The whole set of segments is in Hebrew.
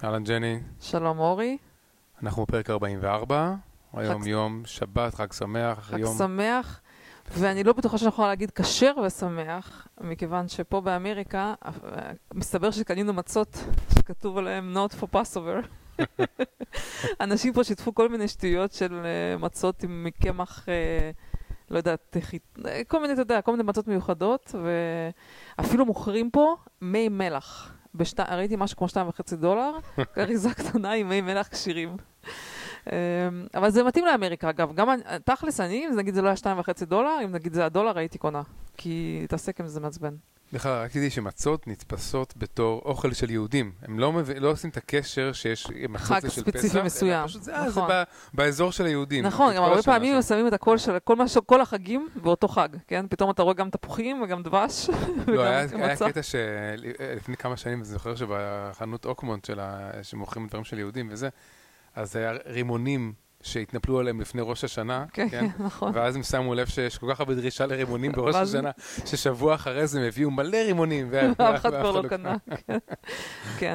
אהלן ג'ני. שלום אורי. אנחנו בפרק 44, היום יום שבת, חג שמח. חג שמח, ואני לא בטוחה שאני יכולה להגיד כשר ושמח, מכיוון שפה באמריקה מסתבר שקנינו מצות שכתוב עליהם not for Passover. אנשים פה שיתפו כל מיני שטויות של מצות עם קמח, לא יודעת, כל מיני, אתה יודע, כל מיני מצות מיוחדות, ואפילו מוכרים פה מי מלח. ראיתי משהו כמו $2.5, אריזה קטנה עם מי מלח קשירים. אבל זה מתאים לאמריקה, אגב. גם תכלס אני, אם נגיד זה לא היה $2.5, אם נגיד זה $1, הייתי קונה. כי להתעסק עם זה מעצבן. בכלל, רק תדעי שמצות נתפסות בתור אוכל של יהודים. הם לא עושים את הקשר שיש מצות חג של פסח. ספציפי מסוים. פשוט זה באזור של היהודים. נכון, גם הרבה פעמים שמים את הכל של כל החגים באותו חג, כן? פתאום אתה רואה גם תפוחים וגם דבש. לא, היה קטע שלפני כמה שנים, אני זוכר שבחנות אוקמונט שמוכרים דברים של יהודים וזה, אז היה רימונים שהתנפלו עליהם לפני ראש השנה, כן, נכון. ואז הם שמו לב שיש כל כך הרבה דרישה לרימונים בראש השנה, ששבוע אחרי זה הם הביאו מלא רימונים, ואף אחד כבר לא קנה. כן.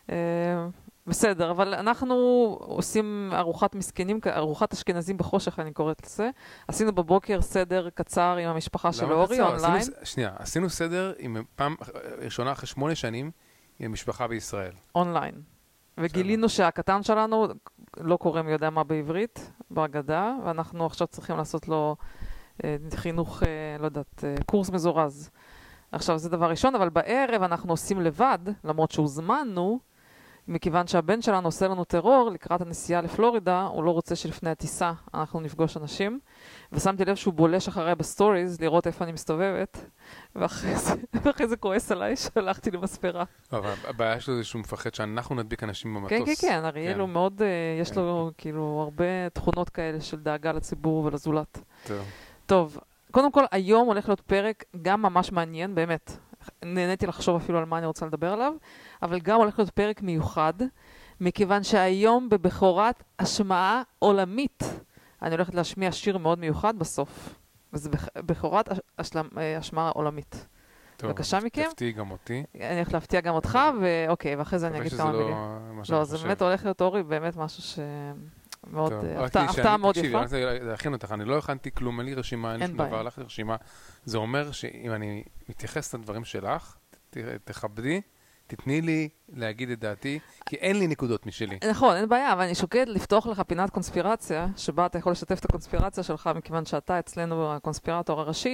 בסדר, אבל אנחנו עושים ארוחת מסכנים, ארוחת אשכנזים בחושך, אני קוראת לזה. עשינו בבוקר סדר קצר עם המשפחה של אורי, אונליין. שנייה, עשינו סדר עם פעם ראשונה אחרי 8 שנים עם משפחה בישראל. אונליין. וגילינו שהקטן שלנו לא קורא מי יודע מה בעברית, בהגדה, ואנחנו עכשיו צריכים לעשות לו חינוך, לא יודעת, קורס מזורז. עכשיו זה דבר ראשון, אבל בערב אנחנו עושים לבד, למרות שהוזמנו, מכיוון שהבן שלנו עושה לנו טרור לקראת הנסיעה לפלורידה, הוא לא רוצה שלפני הטיסה אנחנו נפגוש אנשים, ושמתי לב שהוא בולש אחריי בסטוריז לראות איפה אני מסתובבת, ואחרי זה כועס עליי שהלכתי למספרה. אבל הבעיה שלו זה שהוא מפחד שאנחנו נדביק אנשים במטוס. כן, כן, כן, אריאל הוא מאוד, יש לו כאילו הרבה תכונות כאלה של דאגה לציבור ולזולת. טוב, קודם כל היום הולך להיות פרק גם ממש מעניין, באמת. נהניתי לחשוב אפילו על מה אני רוצה לדבר עליו, אבל גם הולך להיות פרק מיוחד, מכיוון שהיום בבכורת השמעה עולמית, אני הולכת להשמיע שיר מאוד מיוחד בסוף. וזה בכורת השמעה עולמית. בבקשה מכם. תפתיע גם אותי. אני הולכת להפתיע גם אותך, ואוקיי, ואחרי זה אני אגיד כמה מילים. לא, זה באמת הולך להיות אורי, באמת משהו שמאוד, הפתעה מאוד יפה. תקשיבי, אני להכין אותך, אני לא הכנתי כלום, אין לי רשימה, אין לי שום דבר, הלכתי רשימה. זה אומר שאם אני מתייחס לדברים שלך, תכבדי, תתני לי להגיד את דעתי, כי אין לי נקודות משלי. נכון, אין בעיה, אבל אני שוקד לפתוח לך פינת קונספירציה, שבה אתה יכול לשתף את הקונספירציה שלך, מכיוון שאתה אצלנו הקונספירטור הראשי.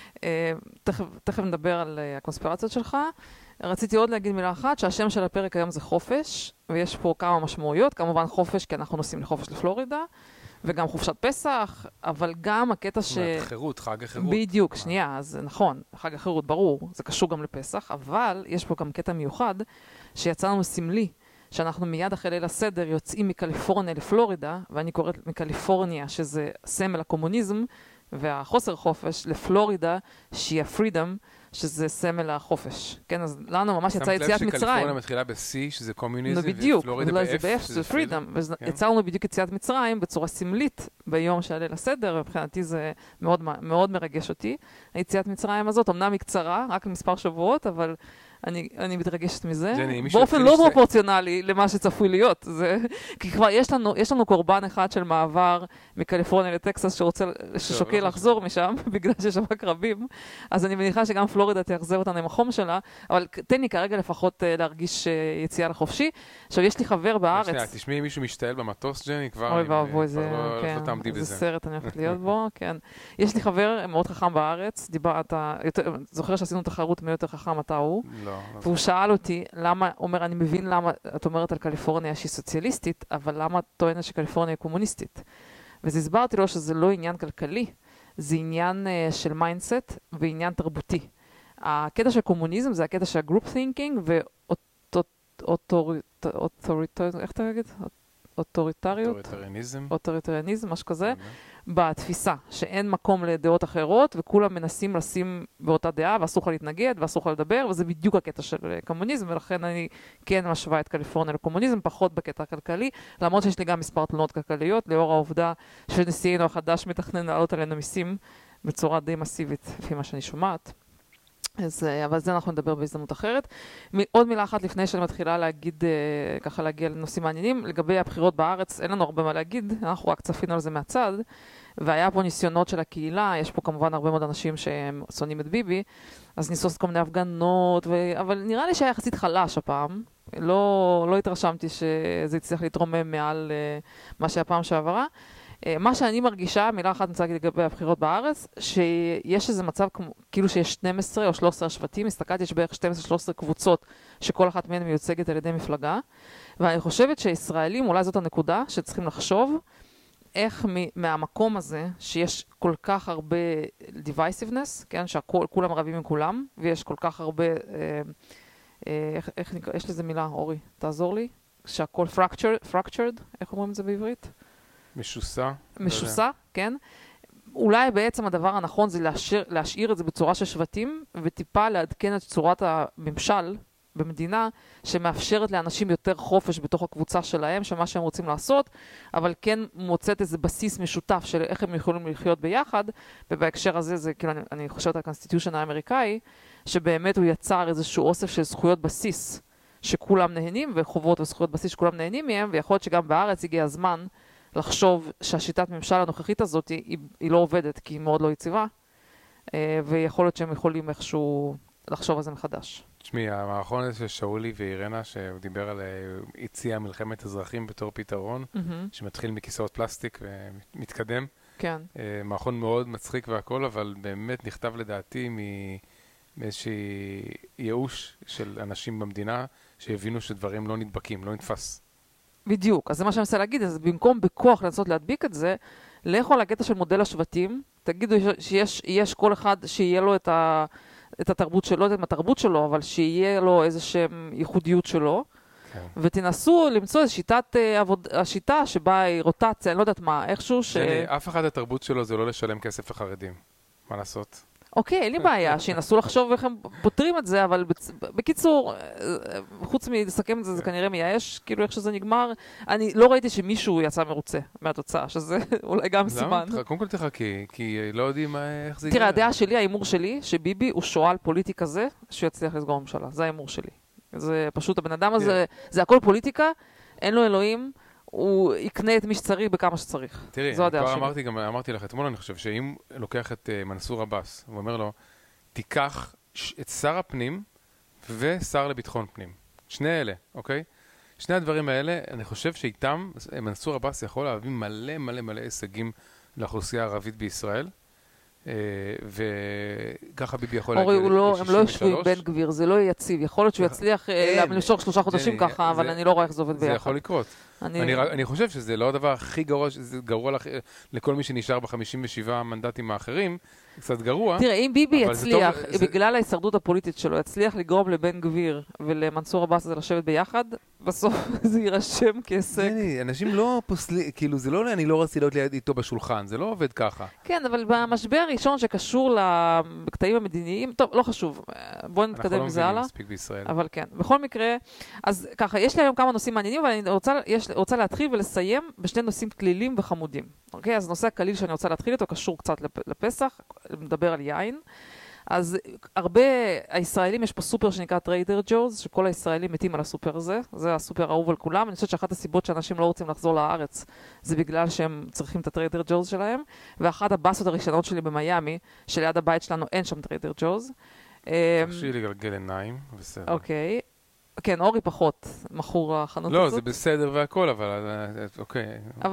תכף נדבר על הקונספירציות שלך. רציתי עוד להגיד מילה אחת, שהשם של הפרק היום זה חופש, ויש פה כמה משמעויות, כמובן חופש, כי אנחנו נוסעים לחופש לפלורידה, וגם חופשת פסח, אבל גם הקטע חירות, חג החירות. בדיוק, שנייה, אז נכון, חג החירות, ברור, זה קשור גם לפסח, אבל יש פה גם קטע מיוחד, שיצא לנו סמלי, שאנחנו מיד אחרי ליל הסדר יוצאים מקליפורניה לפלורידה, ואני קוראת מקליפורניה, שזה סמל הקומוניזם, והחוסר חופש, לפלורידה, שהיא הפרידום, שזה סמל החופש. כן, אז לנו ממש יצא יציאת מצרים. שקליפורניה מתחילה ב-C, שזה קומוניזם, ופלורידה ב-F, שזה פרידום. ויצא לנו בדיוק יציאת מצרים בצורה סמלית ביום שעלה לסדר, ובבחינתי זה מאוד, מאוד מרגש אותי. היציאת מצרים הזאת, אמנם היא קצרה, רק מספר שבועות, אבל אני מתרגשת מזה, באופן לא פרופורציונלי למה שצפוי להיות. כי כבר יש לנו קורבן אחד של מעבר מקליפורניה לטקסס ששוקל לחזור משם, בגלל שיש שם קרבים. אז אני מניחה שגם פלורידה תחזר אותנו עם החום שלה, אבל תן לי כרגע לפחות להרגיש יציאה לחופשי. עכשיו, יש לי חבר בארץ. שנייה, תשמעי מישהו משתעל במטוס, ג'ני, כבר אוי ואבוי, זה סרט אני הולכת להיות בו, כן. יש לי חבר מאוד חכם בארץ, זוכר שעשינו תחרות מי יותר חכם, אתה הוא. והוא שאל אותי, למה, אומר, אני מבין למה את אומרת על קליפורניה שהיא סוציאליסטית, אבל למה את טוענת שקליפורניה היא קומוניסטית? ואז הסברתי לו שזה לא עניין כלכלי, זה עניין של מיינדסט ועניין תרבותי. הקטע של קומוניזם זה הקטע של גרופ תינקינג איך אתה אגיד? אוטוריטריאניזם, משהו כזה, בתפיסה, שאין מקום לדעות אחרות, וכולם מנסים לשים באותה דעה, ואסור לך להתנגד, ואסור לך לדבר, וזה בדיוק הקטע של קומוניזם, ולכן אני כן משווה את קליפורניה לקומוניזם, פחות בקטע הכלכלי, למרות שיש לי גם מספר תלונות כלכליות, לאור העובדה שנשיאנו החדש מתכנן לעלות עלינו מיסים, בצורה די מסיבית, לפי מה שאני שומעת. אז, אבל זה אנחנו נדבר בהזדמנות אחרת. עוד מילה אחת לפני שאני מתחילה להגיד, ככה להגיע לנושאים מעניינים. לגבי הבחירות בארץ, אין לנו הרבה מה להגיד, אנחנו רק צפינו על זה מהצד, והיה פה ניסיונות של הקהילה, יש פה כמובן הרבה מאוד אנשים שהם שונאים את ביבי, אז ניסו כל מיני הפגנות, אבל נראה לי שהיה יחסית חלש הפעם. לא התרשמתי שזה הצליח להתרומם מעל מה שהיה פעם שעברה. מה שאני מרגישה, מילה אחת נצא לגבי הבחירות בארץ, שיש איזה מצב כאילו שיש 12 או 13 שבטים, הסתכלתי, יש בערך 12-13 קבוצות שכל אחת מהן מיוצגת על ידי מפלגה, ואני חושבת שישראלים, אולי זאת הנקודה שצריכים לחשוב, איך מהמקום הזה, שיש כל כך הרבה divisiveness, כן, שכולם רבים עם כולם, ויש כל כך הרבה, יש לזה מילה, אורי, תעזור לי, שהכל fractured, איך אומרים את זה בעברית? משוסע, כן. אולי בעצם הדבר הנכון זה להשאיר את זה בצורה של שבטים, וטיפה לעדכן את צורת הממשל במדינה, שמאפשרת לאנשים יותר חופש בתוך הקבוצה שלהם, של מה שהם רוצים לעשות, אבל כן מוצאת איזה בסיס משותף של איך הם יכולים לחיות ביחד, ובהקשר הזה זה, כאילו, אני חושבת על הקונסטיטיושן האמריקאי, שבאמת הוא יצר איזשהו אוסף של זכויות בסיס, שכולם נהנים, וחובות וזכויות בסיס שכולם נהנים מהם, ויכול להיות שגם בארץ הגיע הזמן לחשוב שהשיטת ממשל הנוכחית הזאת היא לא עובדת, כי היא מאוד לא יציבה, ויכול להיות שהם יכולים איכשהו לחשוב על זה מחדש. תשמעי, המערכון הזה של שאולי ואירנה, שהוא דיבר על הציע מלחמת אזרחים בתור פתרון, שמתחיל מכיסאות פלסטיק ומתקדם. כן. מערכון מאוד מצחיק והכל, אבל באמת נכתב לדעתי מאיזושהי ייאוש של אנשים במדינה, שהבינו שדברים לא נדבקים, לא נתפס. בדיוק, אז זה מה שאני מנסה להגיד, אז במקום בכוח לנסות להדביק את זה, לכו על הקטע של מודל השבטים, תגידו שיש כל אחד שיהיה לו את התרבות שלו, את התרבות שלו, אבל שיהיה לו איזושהי ייחודיות שלו, כן. ותנסו למצוא איזו השיטה שבה היא רוטציה, אני לא יודעת מה, איכשהו אף אחד התרבות שלו זה לא לשלם כסף לחרדים, מה לעשות? אוקיי, אין לי בעיה, שינסו לחשוב איך הם פותרים את זה, אבל בקיצור, חוץ מלסכם את זה, זה כנראה מייאש, כאילו איך שזה נגמר, אני לא ראיתי שמישהו יצא מרוצה מהתוצאה, שזה אולי גם סימן. למה? קודם כל תחכי, כי לא יודעים איך זה יגמר. תראה, הדעה שלי, האימור שלי, שביבי הוא שועל פוליטי כזה, שהוא יצליח לסגור ממשלה. זה האימור שלי. זה פשוט, הבן אדם הזה, זה הכל פוליטיקה, אין לו אלוהים, הוא יקנה את מי שצריך בכמה שצריך. תראי, אמרתי לך אתמול, אני חושב שאם לוקח את מנסור עבאס, הוא אומר לו, תיקח את שר הפנים ושר לביטחון פנים. שני אלה, אוקיי? שני הדברים האלה, אני חושב שאיתם, מנסור עבאס יכול להביא מלא מלא מלא הישגים לאוכלוסייה הערבית בישראל, וככה ביבי יכול להגיע ל-63. הם לא יושבים בן גביר, זה לא יציב. יכול להיות שהוא יצליח למשוך 3 חודשים ככה, אבל אני לא רואה איך זה עובד ביחד. זה יכול לקרות. אני חושב שזה לא הדבר הכי גרוע, שזה גרוע לכל מי שנשאר ב-57 המנדטים האחרים, קצת גרוע. תראה, אם ביבי יצליח, בגלל ההישרדות הפוליטית שלו, יצליח לגרום לבן גביר ולמנסור עבאס הזה לשבת ביחד, בסוף זה יירשם כעסק. אנשים לא פוסלים, כאילו זה לא, אני לא רציתי להיות ליד איתו בשולחן, זה לא עובד ככה. כן, אבל במשבר הראשון שקשור לקטעים המדיניים, טוב, לא חשוב, בואו נתקדם עם זה הלאה. מספיק בישראל. אבל כן, בכל מקרה, אז ככה, יש לי היום כמה נושאים מעניינים, אבל אני רוצה להתחיל ולסיים בשני נושאים כלילים וחמודים. אוקיי, אז נושא הכליל שאני רוצה להתחיל איתו קשור קצת לפסח, מדבר על יין. אז הרבה הישראלים, יש פה סופר שנקרא טריידר ג'וז, שכל הישראלים מתים על הסופר הזה, זה הסופר האהוב על כולם. אני חושבת שאחת הסיבות שאנשים לא רוצים לחזור לארץ, זה בגלל שהם צריכים את הטריידר ג'וז שלהם, ואחת הבאסות הראשונות שלי במיימי, שליד הבית שלנו אין שם טריידר ג'וז. תרשי לי לגלגל עיניים, בסדר. אוקיי. כן, אורי פחות מכור החנות הזאת. לא, זה בסדר והכל, אבל אוקיי.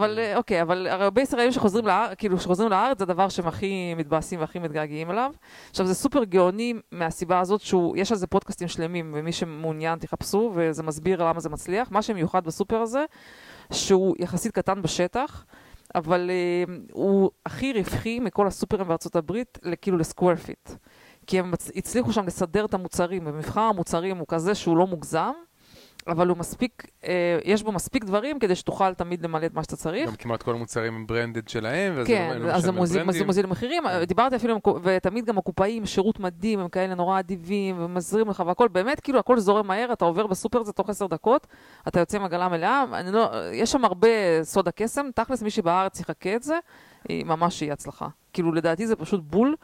אבל הרבה ישראלים שחוזרים לארץ, זה הדבר שהם הכי מתבאסים והכי מתגעגעים אליו. עכשיו, זה סופר גאוני מהסיבה הזאת, יש על זה פודקאסטים שלמים, ומי שמעוניין תחפשו, וזה מסביר למה זה מצליח. מה שמיוחד בסופר הזה, שהוא יחסית קטן בשטח, אבל הוא הכי רווחי מכל הסופרים בארצות הברית, כאילו לסקוור פיט. כי הם הצליחו שם לסדר את המוצרים, ומבחר המוצרים הוא כזה שהוא לא מוגזם, אבל הוא מספיק, יש בו מספיק דברים כדי שתוכל תמיד למלא את מה שאתה צריך. גם כמעט כל המוצרים הם ברנדד שלהם, כן, אז הם מוזילים מחירים, דיברתי אפילו, ותמיד גם הקופאים, שירות מדהים, הם כאלה נורא אדיבים, ומזרים לך והכל, באמת כאילו הכל זורם מהר, אתה עובר בסופר הזה תוך 10 דקות, אתה יוצא עם עגלה מלאה, יש שם הרבה סוד הקסם, תכלס מי שבארץ יחכה את זה, ממש יהיה הצלחה. כאילו לדעתי זה פשוט בול,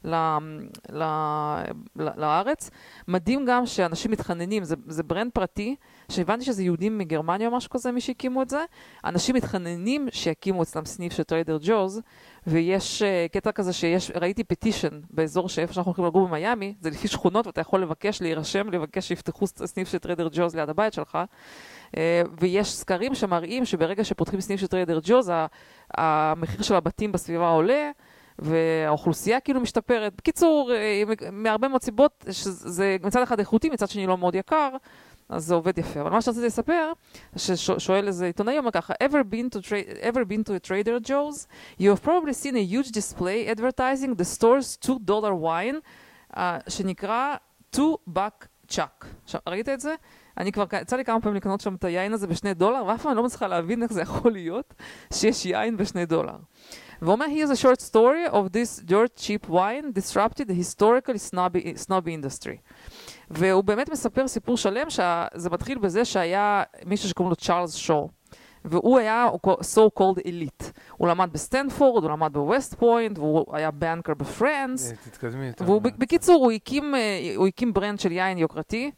לארץ. מדהים גם שאנשים מתחננים, זה ברנד פרטי, שהבנתי שזה יהודים מגרמניה או משהו כזה, מי שהקימו את זה. אנשים מתחננים שיקימו אצלם סניף של טריידר ג'וז, ויש קטע כזה ראיתי פטישן באזור שאיפה שאנחנו הולכים לגור במיימי, זה לפי שכונות, ואתה יכול להירשם, לבקש שיפתחו סניף של טריידר ג'וז ליד הבית שלך. ויש סקרים שמראים שברגע שפותחים סניף של טריידר ג'וז, המחיר של הבתים בסביבה עולה, והאוכלוסייה כאילו משתפרת. בקיצור, מהרבה מאוד סיבות, שזה מצד אחד איכותי, מצד שני לא מאוד יקר, אז זה עובד יפה. אבל מה שרציתי לספר, ששואל איזה עיתונאי, אומר ככה, ever been to a Trader Joe's? You have probably seen a huge display advertising the store's $2 wine, שנקרא $2 chuck. עכשיו, ראית את זה? אני כבר יצא לי כמה פעמים לקנות שם את היין הזה $2, ואף פעם אני לא מצליחה להבין איך זה יכול להיות שיש יין $2. ואומר, here's a short story of this dirt cheap wine disrupted the historically snobby industry. והוא באמת מספר סיפור שלם שזה מתחיל בזה שהיה מישהו שקוראים לו צ'ארלס שור. והוא היה so called elite. הוא למד בסטנפורד, הוא למד בווסט פוינט, והוא היה בנקר בפרנס. תתקדמי. בקיצור, הוא הקים ברנד של יין יוקרתי,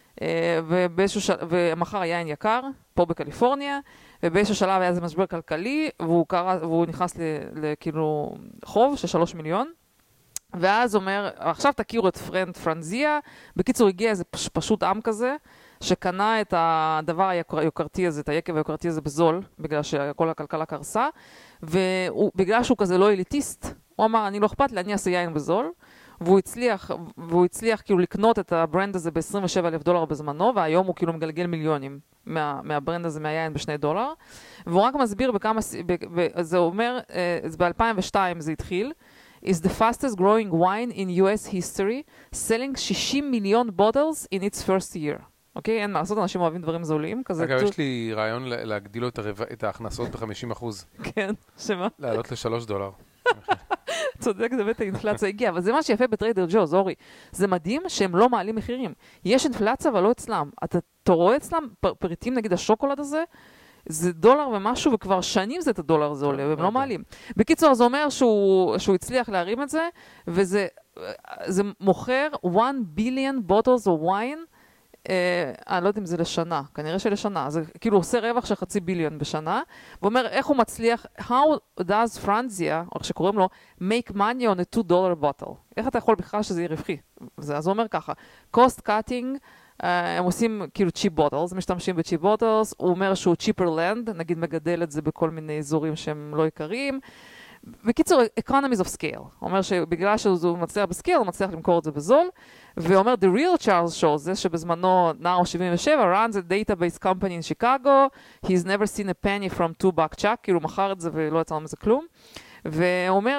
ומחר יין יקר, פה בקליפורניה, ובאיזשהו שלב היה איזה משבר כלכלי, והוא נכנס לכאילו חוב של 3 מיליון, ואז אומר, עכשיו תכירו את פרנזיה, בקיצור הגיע איזה פשוט עם כזה, שקנה את הדבר היוקרתי הזה, את היקב היוקרתי הזה בזול, בגלל שכל הכלכלה קרסה, ובגלל שהוא כזה לא אליטיסט, הוא אמר, אני לא אכפת לי, אני אעשה יין בזול, והוא הצליח כאילו לקנות את הברנד הזה $27,000 בזמנו, והיום הוא כאילו מגלגל מיליונים מהברנד הזה, מהיין $2. והוא רק מסביר בכמה, זה אומר, ב-2002 זה התחיל, is the fastest growing wine in US history, selling 60 מיליון bottles in its first year. אוקיי? אין מה לעשות, אנשים אוהבים דברים זולים. אגב, יש לי רעיון להגדיל לו את ההכנסות ב-50%. כן, שמה? לעלות $3. צודק, זה באמת האינפלציה הגיעה, אבל זה מה שיפה בטריידר ג'וז, אורי. זה מדהים שהם לא מעלים מחירים. יש אינפלציה, אבל לא אצלם. אתה רואה אצלם פריטים, נגיד השוקולד הזה, זה $1 ומשהו, וכבר שנים זה את $1 זה עולה, והם לא מעלים. בקיצור, זה אומר שהוא הצליח להרים את זה, וזה מוכר 1 billion bottles of wine, אני לא יודע אם זה לשנה, כנראה שלשנה, זה כאילו עושה רווח של 500 מיליון בשנה, ואומר איך הוא מצליח, how does Franzia, או איך שקוראים לו, make money on a $2 bottle? איך אתה יכול בכלל שזה יהיה רווחי? אז הוא אומר ככה, cost cutting, הם עושים כאילו cheap bottles, משתמשים ב-cheap bottles, הוא אומר שהוא cheaper land, נגיד מגדל את זה בכל מיני אזורים שהם לא יקרים, בקיצור, economies of scale. הוא אומר שבגלל שהוא מצליח בסקייל, הוא מצליח למכור את זה בזול, ואומר, the real Charles Shaw, זה שבזמנו נער 77, runs a database company in Chicago, he's never seen a penny from $2 chuck, כאילו מכר את זה ולא יצא מזה כלום, והוא אומר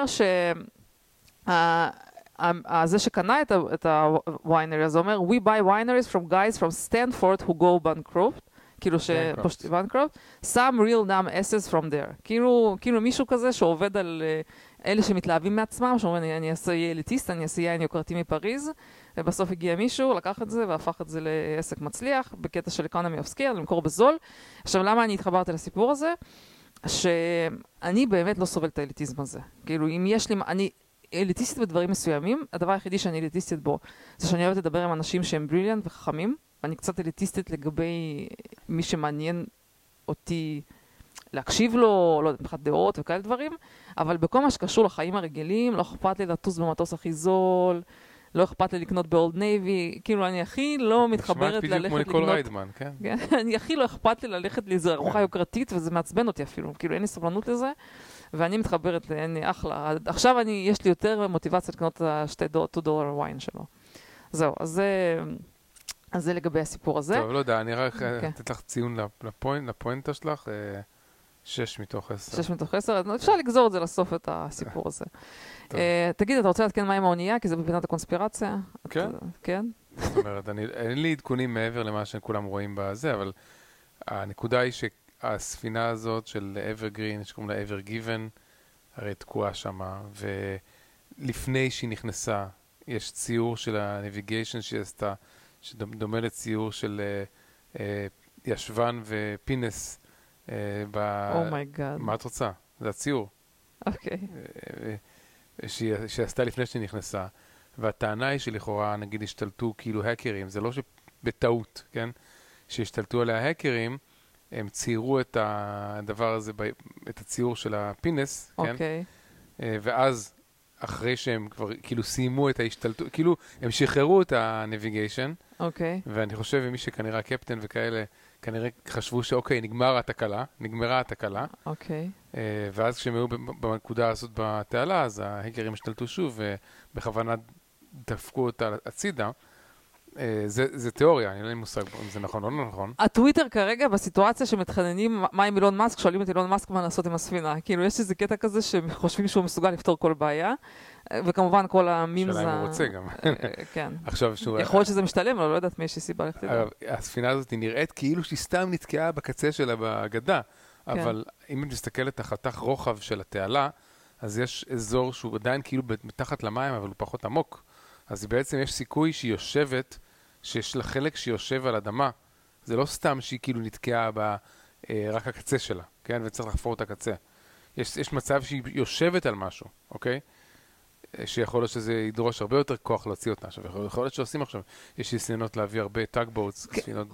זה שקנה את הוויינרי, אז הוא אומר, we buy wineries from guys from Stanford who go bankrupt, כאילו bankrupt, some real dumb asses from there. כאילו מישהו כזה שעובד על אלה שמתלהבים מעצמם, שאומרים, אני אעשה אליטיסט, אני אעשה יין יוקרתי מפריז, ובסוף הגיע מישהו, לקח את זה והפך את זה לעסק מצליח, בקטע של economy of scale, למכור בזול. עכשיו, למה אני התחברתי לסיפור הזה? שאני באמת לא סובל את האליטיזם הזה. כאילו, אם יש לי, אני אליטיסטית בדברים מסוימים, הדבר היחידי שאני אליטיסטית בו, זה שאני אוהבת לדבר עם אנשים שהם בריליאנט וחכמים, ואני קצת אליטיסטית לגבי מי שמעניין אותי להקשיב לו, לא יודעת, מבחינת דעות וכאלה דברים, אבל בכל מה שקשור לחיים הרגילים, לא אכפת לי לטוס במטוס הכי זול, לא אכפת לי לקנות באולד נייבי, כאילו אני הכי לא מתחברת ללכת לקנות... שמעת בדיוק כמו ניקול ריידמן, כן? אני הכי לא אכפת לי ללכת לאיזו ארוחה יוקרתית, וזה מעצבן אותי אפילו, כאילו אין לי סבלנות לזה, ואני מתחברת, אני אחלה. עכשיו יש לי יותר מוטיבציה לקנות את $2 וויין שלו. זהו, אז זה לגבי הסיפור הזה. טוב, לא יודע, אני רק אתן לך ציון לפוינטה שלך, 6 מתוך 10. 6 מתוך 10, אפשר לגזור את זה לסוף את הסיפור הזה. תגיד, אתה רוצה להתקן מה עם האונייה? כי זה בפינת הקונספירציה. כן. כן? זאת אומרת, אין לי עדכונים מעבר למה שכולם רואים בזה, אבל הנקודה היא שהספינה הזאת של אברגרין, שקוראים לה אברגייבן, הרי תקועה שמה, ולפני שהיא נכנסה, יש ציור של הנביגיישן שהיא עשתה, שדומה לציור של ישבן ופינס. אומייגאד. מה את רוצה? זה הציור. אוקיי. שעשתה לפני שנכנסה, והטענה היא שלכאורה, נגיד, השתלטו כאילו האקרים, זה לא שבטעות, כן? שהשתלטו עליה האקרים, הם ציירו את הדבר הזה, את הציור של הפינס, כן? אוקיי. ואז, אחרי שהם כבר כאילו סיימו את ההשתלטות, כאילו הם שחררו את הנביגיישן, אוקיי. ואני חושב, ומי שכנראה הקפטן וכאלה, כנראה חשבו שאוקיי, נגמרה התקלה. אוקיי. ואז כשהם היו בנקודה הזאת בתעלה, אז ההקרים השתלטו שוב, ובכוונה דפקו אותה הצידה. זה תיאוריה, אני לא מושג אם זה נכון או לא נכון. הטוויטר כרגע בסיטואציה שמתחננים מה עם אילון מאסק, שואלים את אילון מאסק מה לעשות עם הספינה. כאילו יש איזה קטע כזה שחושבים שהוא מסוגל לפתור כל בעיה, וכמובן כל המימס... שאלה אם הוא רוצה גם. כן. עכשיו שוב... יכול להיות שזה משתלם, אבל לא יודעת מאיזושהי סיבה לכתיבה. הספינה הזאת נראית כאילו שהיא סתם נתקעה בקצה שלה בגדה, אבל אם את מסתכלת החתך רוחב של התעלה, אז יש אזור שהוא עדיין כאילו מתחת למים, אבל הוא פחות עמוק. אז בעצם יש סיכוי שהיא יושבת, שיש לה חלק שהיא יושב על אדמה. זה לא סתם שהיא כאילו נתקעה רק הקצה שלה, כן? וצריך לחפור את הקצה. יש מצב שהיא יושבת על משהו, אוקיי? שיכול להיות שזה ידרוש הרבה יותר כוח להוציא אותה. עכשיו, יכול להיות שעושים עכשיו, יש ניסיונות להביא הרבה טאגבוטס,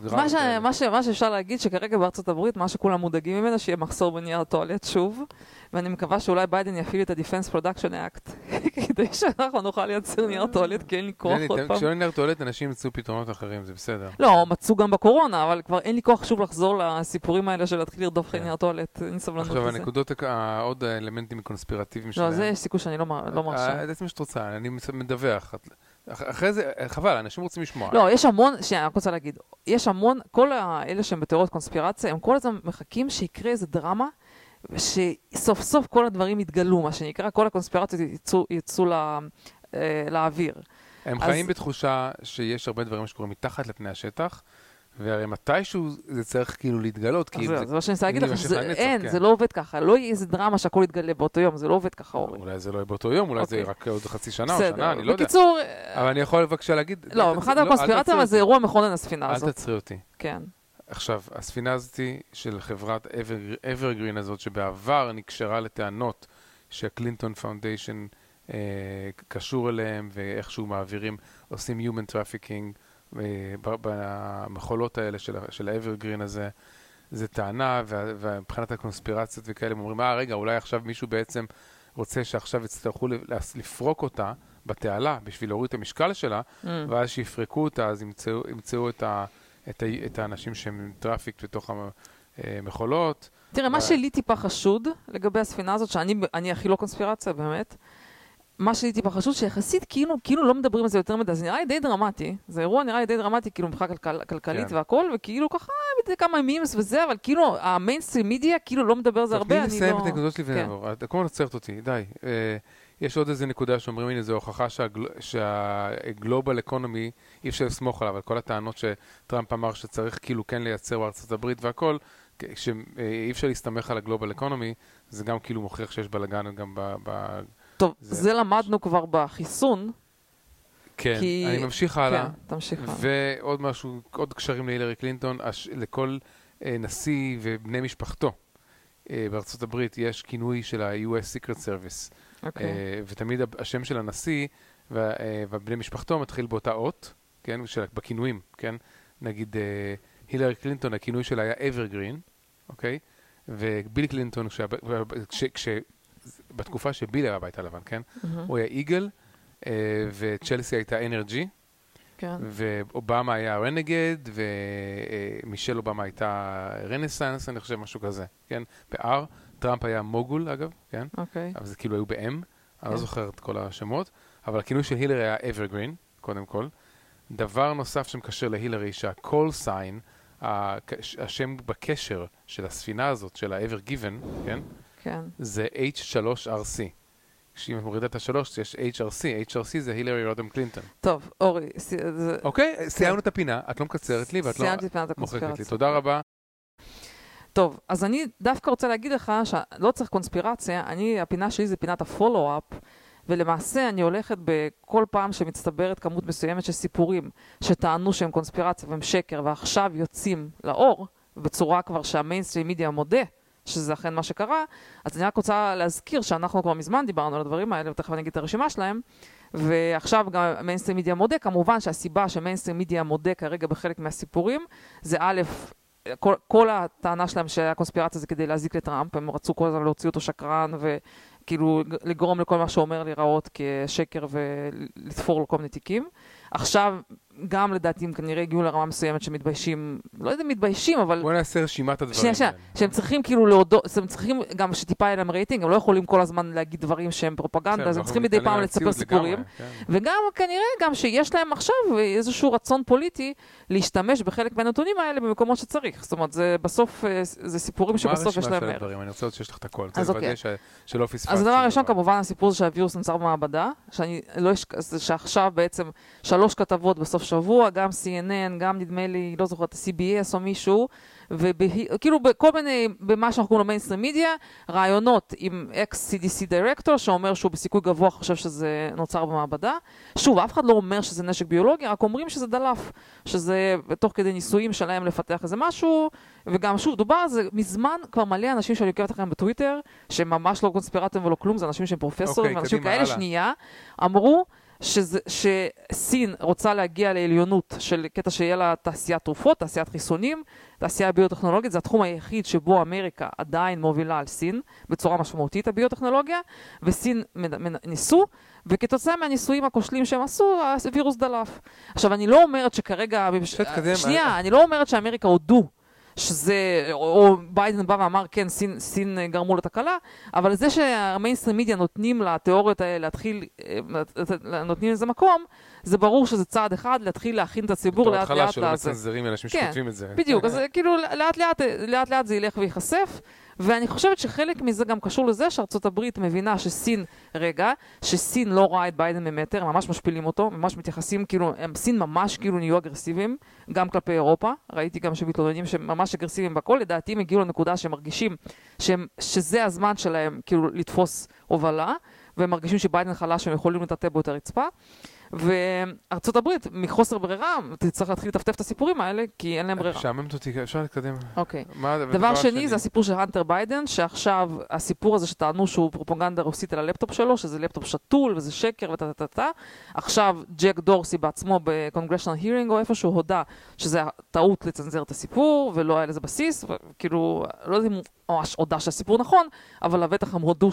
מה שאפשר להגיד שכרגע בארצות הברית, מה שכולם מודאגים ממנו, שיהיה מחסור בנייר טואלט שוב, ואני מקווה שאולי ביידן יפעיל את ה-Defense Production Act, כדי שאנחנו נוכל לייצר נייר טואלט, כי אין לי כוח עוד פעם. כשאין נייר טואלט, אנשים ימצאו פתרונות אחרים, זה בסדר. לא, מצאו גם בקורונה, אבל כבר אין לי כוח שוב לחזור לסיפורים האלה של להתחיל לרדוף אחרי נייר טואלט, אין סבלנות לזה. עכשיו, הנקודות, עוד אלמנטים קונספירטיביים שלהם. לא, זה יש סיכוי שאני לא מרשה. זה מה שאת רוצה, אני מדווח. אחרי זה, חבל, אנשים רוצים לשמוע. לא, יש המון, אני רק רוצה להגיד, יש המון, כל האלה שהם בתיאוריות קונספירציה, הם כל הזמן מחכים שיקרה איזה דרמה, שסוף סוף כל הדברים יתגלו, מה שנקרא, כל הקונספירציות יצאו לאוויר. הם חיים בתחושה שיש הרבה דברים שקורים מתחת לפני השטח, והרי מתישהו זה צריך כאילו להתגלות. זה מה שאני רוצה להגיד לך, זה לא עובד ככה, לא יהיה איזה דרמה שהכל יתגלה באותו יום, זה לא עובד ככה, אורי. אולי זה לא יהיה באותו יום, אולי זה יהיה רק עוד חצי שנה או שנה, אני לא יודע. בקיצור... אבל אני יכול בבקשה להגיד... לא, אחד הקונספירציה, אבל זה אירוע מכונן הספינה הזאת. אל תצרי אותי. כן. עכשיו, הספינה הזאת של חברת אברגרין הזאת, שבעבר נקשרה לטענות שהקלינטון פאונדיישן קשור אליהם, ואיכשהו מעבירים, עושים human trafficking, במחולות האלה של האברגרין הזה, זה טענה, ומבחינת הקונספירציות וכאלה, הם אומרים, רגע, אולי עכשיו מישהו בעצם רוצה שעכשיו יצטרכו לפרוק אותה בתעלה, בשביל להוריד את המשקל שלה, ואז שיפרקו אותה, אז ימצאו את האנשים שהם טראפיק בתוך המחולות. תראה, מה שלי טיפה חשוד לגבי הספינה הזאת, שאני הכי לא קונספירציה, באמת, מה שלי טיפה חשוד, שיחסית כאילו לא מדברים על זה יותר מדי, זה נראה לי די דרמטי, זה אירוע נראה לי די דרמטי, כאילו מבחינה כלכלית והכל, וכאילו ככה, כמה מימס וזה, אבל כאילו המיינסטרים מידיה, כאילו לא מדבר על זה הרבה, אני לא... תני לסיים את הנקודות שלי ונעבור, את כמו נוצרת אותי, די. יש עוד איזה נקודה שאומרים, הנה, זו הוכחה שהגלובל אקונומי, אי אפשר לסמוך עליו, על כל הטענות שטראמפ אמר שצריך כאילו כן לייצר בארצות הברית והכל, שאי אפשר להסתמך על הגלובל אקונומי, זה גם כאילו מוכיח שיש בלגן גם טוב, זה למדנו כבר בחיסון. כן, אני ממשיך הלאה. כן, תמשיך הלאה. ועוד משהו, עוד קשרים להילרי קלינטון, לכל נשיא ובני משפחתו בארצות הברית יש כינוי של ה-US Secret Service. ותמיד השם של הנשיא ובני משפחתו מתחיל באותה אות, כן, בכינויים, כן? נגיד הילרי קלינטון, הכינוי שלה היה אברגרין, אוקיי? וביל קלינטון, בתקופה שביל היה הבית הלבן, כן? הוא היה איגל, וצ'לסי הייתה אנרג'י, ואובמה היה רנגד, ומישל אובמה הייתה רנסנס, אני חושב משהו כזה, כן? באר, טראמפ היה מוגול, אגב, כן? אבל זה כאילו היו ב-M, אני לא זוכר את כל השמות, אבל הכינוי של הילרי היה אברגרין, קודם כל. דבר נוסף שמקשר להילרי, שהקול סיין, השם בקשר של הספינה הזאת, של ה-Ever Given, כן? כן. זה H3RC. כשאם את מורידה את ה-3, יש HRC. HRC זה הילרי רודם קלינטון. טוב, אורי. אוקיי, סיימנו את הפינה. את לא מקצרת לי ואת לא מוחקת לי. תודה רבה. טוב, אז אני דווקא רוצה להגיד לך שלא צריך קונספירציה, הפינה שלי זה פינת הפולו-אפ, ולמעשה אני הולכת בכל פעם שמצטברת כמות מסוימת של סיפורים שטענו שהם קונספירציה והם שקר, ועכשיו יוצאים לאור, בצורה כבר שהמיינסטרים מידיה מודה שזה אכן מה שקרה. אז אני רק רוצה להזכיר שאנחנו כבר מזמן דיברנו על הדברים האלה, ותכף אני אגיד את הרשימה שלהם, ועכשיו גם מיינסטרים מדיה מודה, כמובן שהסיבה שמיינסטרים מדיה מודה כרגע בחלק מהסיפורים, זה א', כל הטענה שלהם שהקונספירציה זה כדי להזיק לטראמפ, הם רצו כל הזמן להוציא אותו שקרן וכאילו לגרום לכל מה שאומר להיראות כשקר ולתפור לו כל מיני תיקים. עכשיו גם לדעתי הם כנראה הגיעו לרמה מסוימת שמתביישים, לא יודע מתביישים, אבל... בוא נעשה רשימת הדברים. שהם צריכים כאילו להודות, הם צריכים גם שטיפה יהיה להם רייטינג, הם לא יכולים כל הזמן להגיד דברים שהם פרופגנדה, אז הם צריכים מדי פעם לספר סיפורים. וגם כנראה גם שיש להם עכשיו איזשהו רצון פוליטי להשתמש בחלק מהנתונים האלה במקומות שצריך. זאת אומרת, בסוף, זה סיפורים שבסוף יש להם ערך. אני רוצה שיש לך את הכל, צריך לוודא שלא פספסת. אז הדבר הראשון כמובן הסיפור זה שהווירוס נוצר במעבדה, שעכשיו בעצם 3 כתבות בסוף שבוע, גם CNN, גם נדמה לי, לא זוכרת, CBS או מישהו, וכאילו בכל מיני, במה שאנחנו קוראים למיינסטרים מדיה, רעיונות עם ex-CDC דירקטור, שאומר שהוא בסיכוי גבוה חושב שזה נוצר במעבדה. שוב, אף אחד לא אומר שזה נשק ביולוגי, רק אומרים שזה דלף, שזה תוך כדי ניסויים שלהם לפתח איזה משהו, וגם שוב, דובר על זה מזמן, כבר מלא אנשים שאני עוקבת אחריהם בטוויטר, שהם ממש לא קונספירטים ולא כלום, זה אנשים שהם פרופסורים, אנשים כאלה שנייה, אמרו שסין רוצה להגיע לעליונות של קטע שיהיה לה תעשיית תרופות, תעשיית חיסונים, תעשייה ביוטכנולוגית, זה התחום היחיד שבו אמריקה עדיין מובילה על סין, בצורה משמעותית הביוטכנולוגיה, וסין ניסו, וכתוצאה מהניסויים הכושלים שהם עשו, הווירוס דלף. עכשיו, אני לא אומרת שכרגע... שנייה, אני לא אומרת שאמריקה הודו, שזה, או ביידן בא ואמר, כן, סין גרמו לתקלה, אבל זה שהמיינסטרים מדיה נותנים לתיאוריות האלה להתחיל, נותנים לזה מקום, זה ברור שזה צעד אחד, להתחיל להכין את הציבור לאט לאט. התחלה שלא מצנזרים אנשים שכותבים את זה. בדיוק, אז כאילו לאט לאט זה ילך ויחשף, ואני חושבת שחלק מזה גם קשור לזה שארצות הברית מבינה שסין לא רואה את ביידן ממטר, הם ממש משפילים אותו, ממש מתייחסים כאילו, סין ממש כאילו נהיו אגרסיביים, גם כלפי אירופה, ראיתי גם שמתלוננים שהם ממש אגרסיביים בכל, לדעתי הם הגיעו לנקודה שהם מרגישים שזה הזמן שלהם כאילו לתפוס הובלה, והם מרגישים שביידן חלש שהם יכולים לטאטא בו את הרצפה, וארצות הברית, מחוסר ברירה, תצטרך להתחיל לטפטף את הסיפורים האלה, כי אין להם ברירה. שעממת אותי, אפשר להתקדם. אוקיי. דבר שני, זה הסיפור של הנטר ביידן, שעכשיו הסיפור הזה שטענו שהוא פרופגנדה רוסית על הלפטופ שלו, שזה לפטופ שתול וזה שקר וטטטטה. עכשיו, ג'ק דורסי בעצמו בקונגרשנל הירינג או איפה שהוא הודע שזה טעות לצנזר את הסיפור, ולא היה לזה בסיס, וכאילו, לא יודע אם הוא ממש הודע שהסיפור נכון, אבל לבטח הם הודו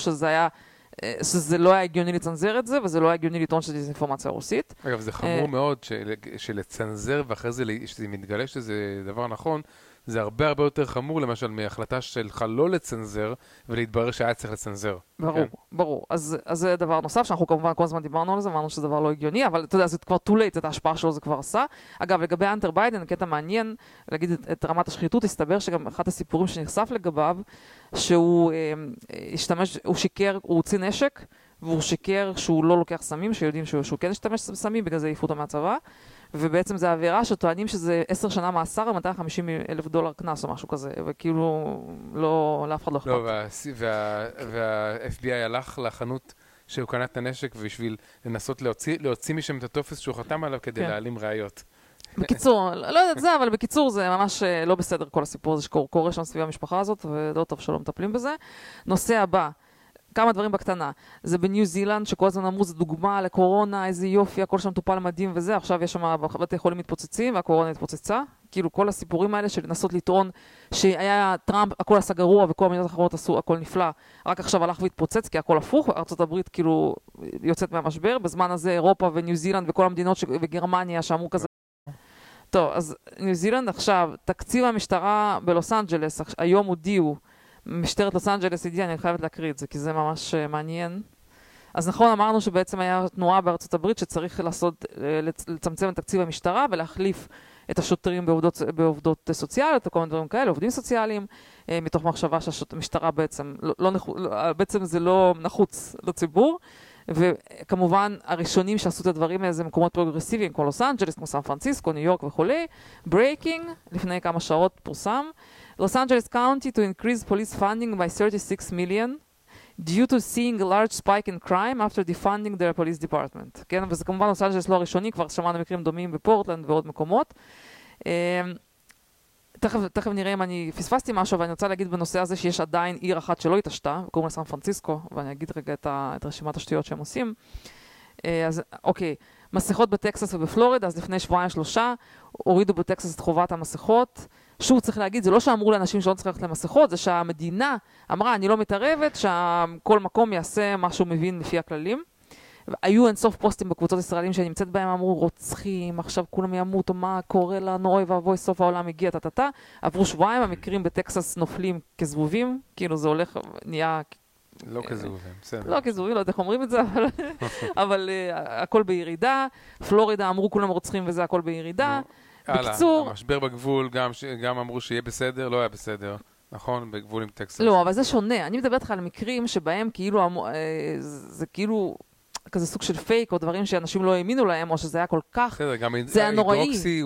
שזה לא היה הגיוני לצנזר את זה, וזה לא היה הגיוני לטעון שזה אינפורמציה רוסית. אגב, זה חמור מאוד שלצנזר, ואחרי זה שזה מתגלה שזה דבר נכון, זה הרבה הרבה יותר חמור, למשל, מהחלטה שלך לא לצנזר, ולהתברר שהיה צריך לצנזר. ברור, ברור. אז זה דבר נוסף, שאנחנו כמובן כל הזמן דיברנו על זה, ואמרנו שזה דבר לא הגיוני, אבל אתה יודע, זה כבר too late, את ההשפעה שלו זה כבר עשה. אגב, לגבי הנטר ביידן, קטע מעניין, להגיד את רמת השחיתות, הסתבר שגם אחד הסיפורים שנחשף לגביו, שהוא השתמש, הוא שיקר, הוא הוציא נשק, והוא שיקר שהוא לא לוקח סמים, שיודעים שהוא כן השתמש בסמים, בגלל זה העיפו אותו מהצבא. ובעצם זה עבירה שטוענים שזה 10 שנה מאסר $250,000 קנס או משהו כזה, וכאילו לא, לאף אחד לא אכפת. לא, וה-FBI הלך לחנות שהוא קנה את הנשק בשביל לנסות להוציא משם את הטופס שהוא חתם עליו כדי להעלים ראיות. בקיצור, לא יודעת זה, אבל בקיצור זה ממש לא בסדר כל הסיפור הזה שקורה שם סביב המשפחה הזאת, ולא טוב שלא מטפלים בזה. נושא הבא. כמה דברים בקטנה. זה בניו זילנד, שכל הזמן אמרו, זה דוגמה לקורונה, איזה יופי, הכל שם טופל מדהים וזה, עכשיו יש שם בתי חולים מתפוצצים, והקורונה התפוצצה. כאילו כל הסיפורים האלה של לנסות לטעון שהיה טראמפ, הכל עשה גרוע, וכל המדינות האחרות עשו הכל נפלא, רק עכשיו הלך והתפוצץ, כי הכל הפוך, ארצות הברית כאילו יוצאת מהמשבר, בזמן הזה אירופה וניו זילנד וכל המדינות וגרמניה שאמרו כזה. טוב, אז ניו זילנד עכשיו, תקציב המשטרה בלוס אנג'לס, היום הודיעו, משטרת לוס אנג'לס הגיעה, אני חייבת להקריא את זה, כי זה ממש מעניין. אז נכון, אמרנו שבעצם היה תנועה בארצות הברית שצריך לצמצם את תקציב המשטרה ולהחליף את השוטרים בעובדות סוציאליות, וכל מיני דברים כאלה, עובדים סוציאליים, מתוך מחשבה שהמשטרה בעצם זה לא נחוץ לציבור. וכמובן, הראשונים שעשו את הדברים האלה זה מקומות פרוגרסיביים, כמו לוס אנג'לס, כמו סן פרנסיסקו, ניו יורק וכו'. Breaking, לפני כמה שעות פורסם, Los Angeles County to increase police funding by 36 million due to seeing a large spike in crime after defunding their police department. כן, וזה כמובן לוס אנג'לס לא הראשוני, כבר שמענו מקרים דומים בפורטלנד ועוד מקומות. תכף נראה אם אני פספסתי משהו, ואני רוצה להגיד בנושא הזה שיש עדיין עיר אחת שלא התעשתה, קוראים לה סן פרנסיסקו, ואני אגיד רגע את רשימת השטויות שהם עושים. אז אוקיי, מסכות בטקסס ובפלורידה, אז לפני 2-3 הורידו בטקסס את חובת המסכות. שוב צריך להגיד, זה לא שאמרו לאנשים שלא צריך ללכת למסכות, זה שהמדינה אמרה, אני לא מתערבת, שכל מקום יעשה מה שהוא מבין לפי הכללים. היו אינסוף פוסטים בקבוצות ישראלים שאני נמצאת בהם, אמרו רוצחים, עכשיו כולם ימותו, מה קורה לנו, אוי ואבוי, סוף העולם הגיע, טטטה. עברו 2 שבועות, המקרים בטקסס נופלים כזבובים, כאילו זה הולך, נהיה... לא כזבובים, בסדר. לא כזבובים, לא יודע איך אומרים את זה, אבל הכל בירידה. פלורידה אמרו כולם רוצחים וזה הכל בירידה. בקיצור... המשבר בגבול, גם אמרו שיהיה בסדר, לא היה בסדר. נכון? בגבול עם טקסס. לא, אבל זה שונה. אני מדברת לך על מקרים שבהם כאילו, זה כאילו... כזה סוג של פייק, או דברים שאנשים לא האמינו להם, או שזה היה כל כך, זה היה נוראי. ההידרוקסי,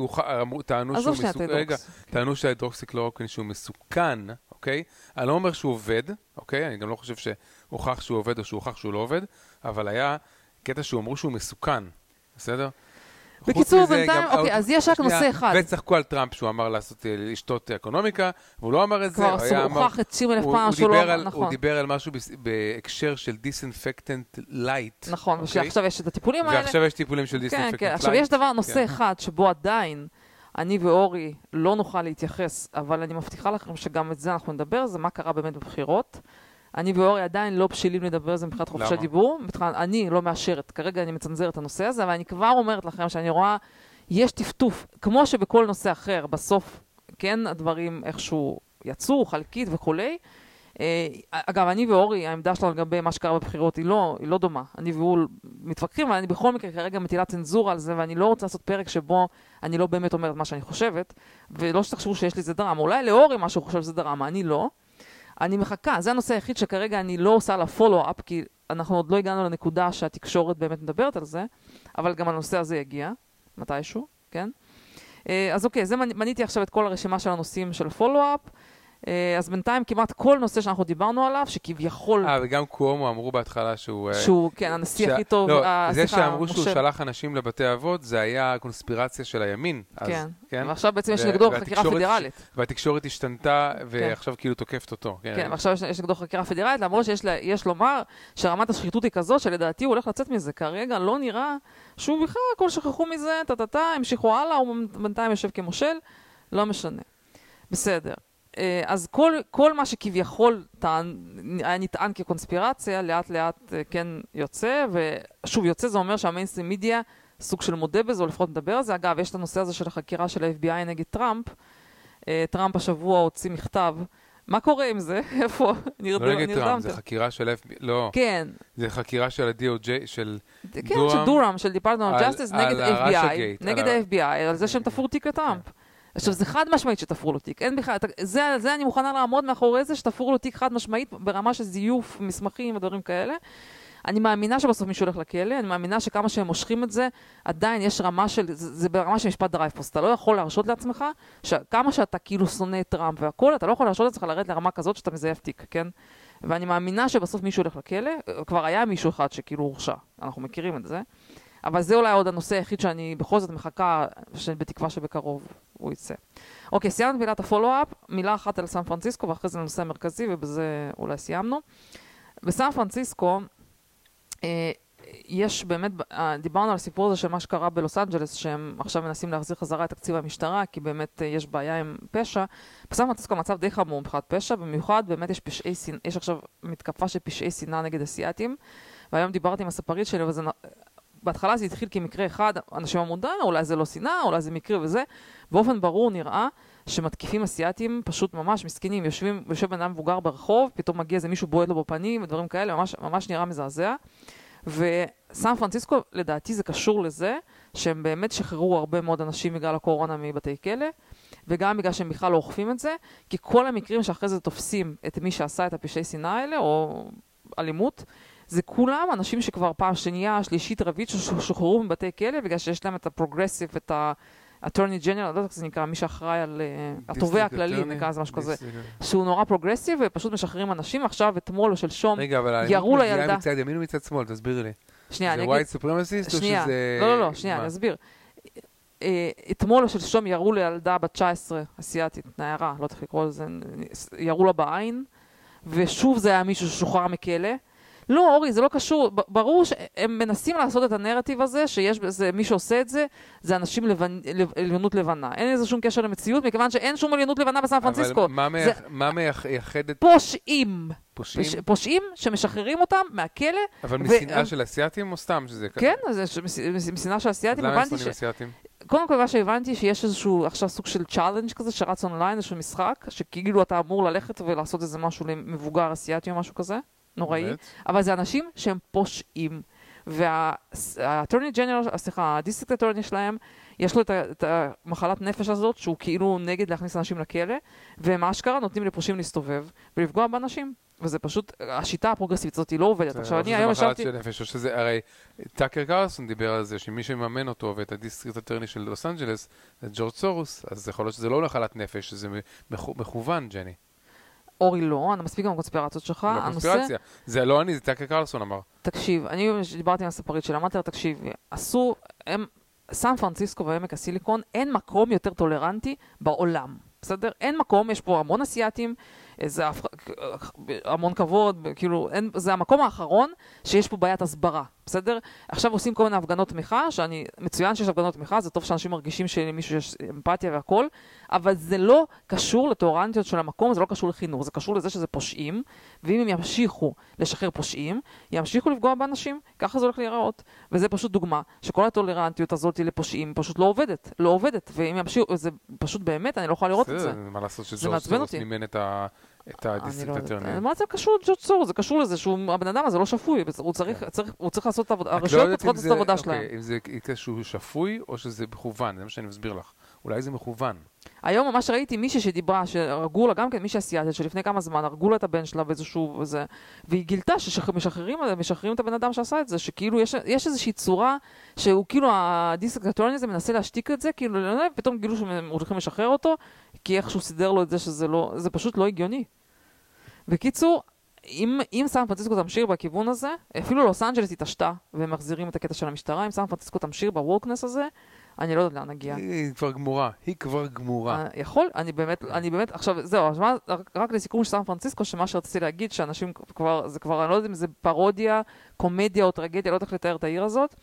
טענו שההידרוקסיקלורוקווין שהוא מסוכן, אוקיי? אני לא אומר שהוא עובד, אוקיי? אני גם לא חושב שהוכח שהוא עובד, או שהוכח שהוא לא עובד, אבל היה קטע שהוא אמרו שהוא מסוכן, בסדר? בקיצור, בינתיים, אוקיי, אז יש רק נושא אחד. וצחקו על טראמפ שהוא אמר לשתות אקונומיקה, והוא לא אמר את זה. כבר הוכח את 70,000 פעם שהוא לא, נכון. הוא דיבר על משהו בהקשר של דיסאינפקטנט לייט. נכון, ושעכשיו יש את הטיפולים האלה. ועכשיו יש טיפולים של דיסאינפקטנט לייט. עכשיו יש נושא אחד שבו עדיין אני ואורי לא נוכל להתייחס, אבל אני מבטיחה לכם שגם את זה אנחנו נדבר, זה מה קרה באמת בבחירות. אני ואורי עדיין לא בשלים לדבר על זה מבחינת חופשי דיבור. אני לא מאשרת, כרגע אני מצנזרת את הנושא הזה, אבל אני כבר אומרת לכם שאני רואה, יש טפטוף, כמו שבכל נושא אחר, בסוף, כן, הדברים איכשהו יצאו, חלקית וכולי. אגב, אני ואורי, העמדה שלנו לגבי מה שקרה בבחירות היא לא דומה. אני והוא מתווכחים, אבל אני בכל מקרה כרגע מטילה צנזורה על זה, ואני לא רוצה לעשות פרק שבו אני לא באמת אומרת מה שאני חושבת, ולא שתחשבו שיש לי זה דרמה. אולי לאורי מה שהוא חושב שזה דרמה, אני לא. אני מחכה, זה הנושא היחיד שכרגע אני לא עושה לה פולו-אפ, כי אנחנו עוד לא הגענו לנקודה שהתקשורת באמת מדברת על זה, אבל גם הנושא הזה יגיע, מתישהו, כן? אז אוקיי, זה מניתי עכשיו את כל הרשימה של הנושאים של פולו-אפ, אז בינתיים כמעט כל נושא שאנחנו דיברנו עליו, שכביכול... וגם קואומו אמרו בהתחלה שהוא... כן, הנשיא הכי טוב... לא, זה שאמרו שהוא שלח אנשים לבתי אבות, זה היה קונספירציה של הימין. כן, ועכשיו בעצם יש נגדו חקירה פדרלית. והתקשורת השתנתה, ועכשיו כאילו תוקפת אותו. כן, ועכשיו יש נגדו חקירה פדרלית, למרות שיש לומר שרמת השחיתות היא כזאת, שלדעתי הוא הולך לצאת מזה. כרגע לא נראה שהוא בכלל, הכל שכחו מזה, המשיכו הלאה, הוא בינתיים יושב כמושל, לא משנה. בסדר. אז כל מה שכביכול היה נטען כקונספירציה, לאט לאט כן יוצא, ושוב יוצא זה אומר שהמיינסטרים מידיה סוג של מודה בזה, או לפחות מדבר על זה. אגב, יש את הנושא הזה של החקירה של ה-FBI נגד טראמפ. טראמפ השבוע הוציא מכתב. מה קורה עם זה? איפה? לא נגד טראמפ, זה חקירה של FBI, לא. כן. זה חקירה של ה-DOJ, של דורם. כן, של דורם, של Department of Justice, נגד ה-FBI. נגד ה-FBI, על זה שהם תפרו תיק לטראמפ. עכשיו, זה חד משמעית שתפרו לו תיק. אין בכלל, זה אני מוכנה לעמוד מאחורי זה, שתפרו לו תיק חד משמעית ברמה של זיוף, מסמכים ודברים כאלה. אני מאמינה שבסוף מישהו הולך לכלא, אני מאמינה שכמה שהם מושכים את זה, עדיין יש רמה של, זה ברמה של משפט דרייפוס. אתה לא יכול להרשות לעצמך, כמה שאתה כאילו שונא את טראמפ והכל, אתה לא יכול להרשות לעצמך לרדת לרמה כזאת שאתה מזייף תיק, כן? ואני מאמינה שבסוף מישהו הולך לכלא, כבר היה מישהו אחד שכאילו הורשע, אנחנו מכירים את זה. אבל זה אולי עוד הנושא היחיד שאני בכל זאת מחכה, בתקווה שבקרוב הוא יצא. אוקיי, סיימנו מילת הפולו-אפ, מילה אחת על סן פרנסיסקו, ואחרי זה לנושא המרכזי, ובזה אולי סיימנו. בסן פרנסיסקו, יש באמת, דיברנו על הסיפור הזה של מה שקרה בלוס אנג'לס, שהם עכשיו מנסים להחזיר חזרה את תקציב המשטרה, כי באמת יש בעיה עם פשע. בסן פרנסיסקו המצב די חמור מבחינת פשע, במיוחד באמת יש עכשיו מתקפה של פשעי שנאה נגד אסיאטים, והיום דיברתי עם הספרית שלי, וזה... בהתחלה זה התחיל כמקרה אחד, אנשים אמרו, אולי זה לא שנאה, אולי זה מקרה וזה. באופן ברור נראה שמתקיפים אסיאטים פשוט ממש מסכנים, יושב בן אדם מבוגר ברחוב, פתאום מגיע איזה מישהו בועט לו בפנים ודברים כאלה, ממש נראה מזעזע. וסן פרנסיסקו, לדעתי זה קשור לזה, שהם באמת שחררו הרבה מאוד אנשים בגלל הקורונה מבתי כלא, וגם בגלל שהם בכלל לא אוכפים את זה, כי כל המקרים שאחרי זה תופסים את מי שעשה את הפשעי שנאה האלה, או אלימות, זה כולם אנשים שכבר פעם שנייה, שלישית, רביעית, ששוחררו מבתי כלא, בגלל שיש להם את הפרוגרסיב, את ה-Attorney General, לא יודעת איך זה נקרא, מי שאחראי על התובע הכללי, נקרא זה משהו כזה, שהוא נורא פרוגרסיב, ופשוט משחררים אנשים, עכשיו אתמול או שלשום, ירו לילדה. רגע, אבל מצד ימין ומצד שמאל, תסבירי לי. שנייה, זה white supremacist או שזה... לא, שנייה, אני אסביר. אתמול או שלשום ירו לילדה בת 19, אסיאתית, נערה, לא צריך לקרוא לזה, ירו לה בעין, ושוב זה היה מישהו ששוחרר מכלא. לא, אורי, זה לא קשור. ברור שהם מנסים לעשות את הנרטיב הזה, שיש בזה, מי שעושה את זה, זה אנשים עליונות לבנה. אין איזה שום קשר למציאות, מכיוון שאין שום עליונות לבנה בסן פרנסיסקו. אבל מה מייחד את... פושעים. פושעים? פושעים שמשחררים אותם מהכלא. אבל משנאה של אסיאתים או סתם שזה כזה? כן, משנאה של אסיאתים. למה הם שונאים אסיאתים? קודם כל, מה שהבנתי, שיש איזשהו עכשיו סוג של צ'אלנג' כזה שרץ אונליין, איזשהו משחק, שכאילו אתה אמור ללכת ולעשות איזה משהו למבוגר אסיאתי או משהו כזה. נוראי, אבל זה אנשים שהם פושעים. והאטורני ג'נרל, סליחה, הדיסטריקט אטורני שלהם, יש לו את המחלת נפש הזאת, שהוא כאילו נגד להכניס אנשים לכלא, והם אשכרה נותנים לפושעים להסתובב ולפגוע באנשים. וזה פשוט, השיטה הפרוגרסיבית הזאת היא לא עובדת. עכשיו אני היום ישבתי... זה מחלת של נפש, או שזה, הרי טאקר קרלסון דיבר על זה, שמי שמממן אותו ואת הדיסטריקט אטורני של לוס אנג'לס, זה ג'ורג' סורוס, אז יכול להיות שזה לא מחלת נפש, שזה מכוון, ג'ני. אורי לא, אני מספיק עם הקונספירציות שלך. לא קונספירציה, זה לא אני, זה טאקר קרלסון אמר. תקשיב, אני דיברתי עם הספרית שלה, אמרתי לה, תקשיב, סן פרנסיסקו ועמק הסיליקון, אין מקום יותר טולרנטי בעולם. בסדר? אין מקום, יש פה המון אסיאטים, המון כבוד, כאילו, זה המקום האחרון שיש פה בעיית הסברה, בסדר? עכשיו עושים כל מיני הפגנות תמיכה, שאני מצוין שיש הפגנות תמיכה, זה טוב שאנשים מרגישים שלמישהו יש אמפתיה והכל, אבל זה לא קשור לטולרנטיות של המקום, זה לא קשור לחינוך, זה קשור לזה שזה פושעים, ואם הם ימשיכו לשחרר פושעים, ימשיכו לפגוע באנשים, ככה זה הולך להיראות. וזה פשוט דוגמה, שכל הטולרנטיות הזאת לפושעים פשוט לא עובדת, ואם ימשיכו, זה פשוט באמת, אני לא יכולה לראות את זה. מה לעשות שג'ורג' סורוס נימן את הדיסטריקט אטורני? מה זה קשור לג'ורג' סורוס? זה קשור לזה שהבן אדם הזה לא שפוי, הוא צריך לעשות את העבודה, הרשויות צריכות לעשות את העבודה שלהם. אם זה שהוא שפוי או שזה מכוון, זה מה שאני מסביר לך. אולי זה מכוון. היום ממש ראיתי מישהי שדיברה, שהרגו לה גם כן, מישהי אסיאתית, שלפני כמה זמן הרגו לה את הבן שלה באיזשהו וזה, והיא גילתה שמשחררים את הבן אדם שעשה את זה, שכאילו יש איזושהי צורה, שהוא כאילו הדיסטריקט אטורני הזה מנסה להשתיק את זה, כאילו פתאום גילו שהם הולכים לשחרר אותו, כי איכשהו סידר לו את זה שזה לא, זה פשוט לא הגיוני. בקיצור, אם סן פרנסיסקו תמשיך בכיוון הזה, אפילו לוס אנג'לס התעשתה, והם מחזירים את הקטע של המשטרה, אם סן פרנסיסקו תמשיך בוורקנס הזה, אני לא יודעת לאן נגיע. היא כבר גמורה. יכול, אני באמת, עכשיו זהו, רק לסיכום של סן פרנסיסקו, שמה שרציתי להגיד, שאנשים כבר, זה כבר, אני לא יודע אם זה פרודיה, קומדיה או טרגדיה, לא יודעת לתאר את העיר הזאת.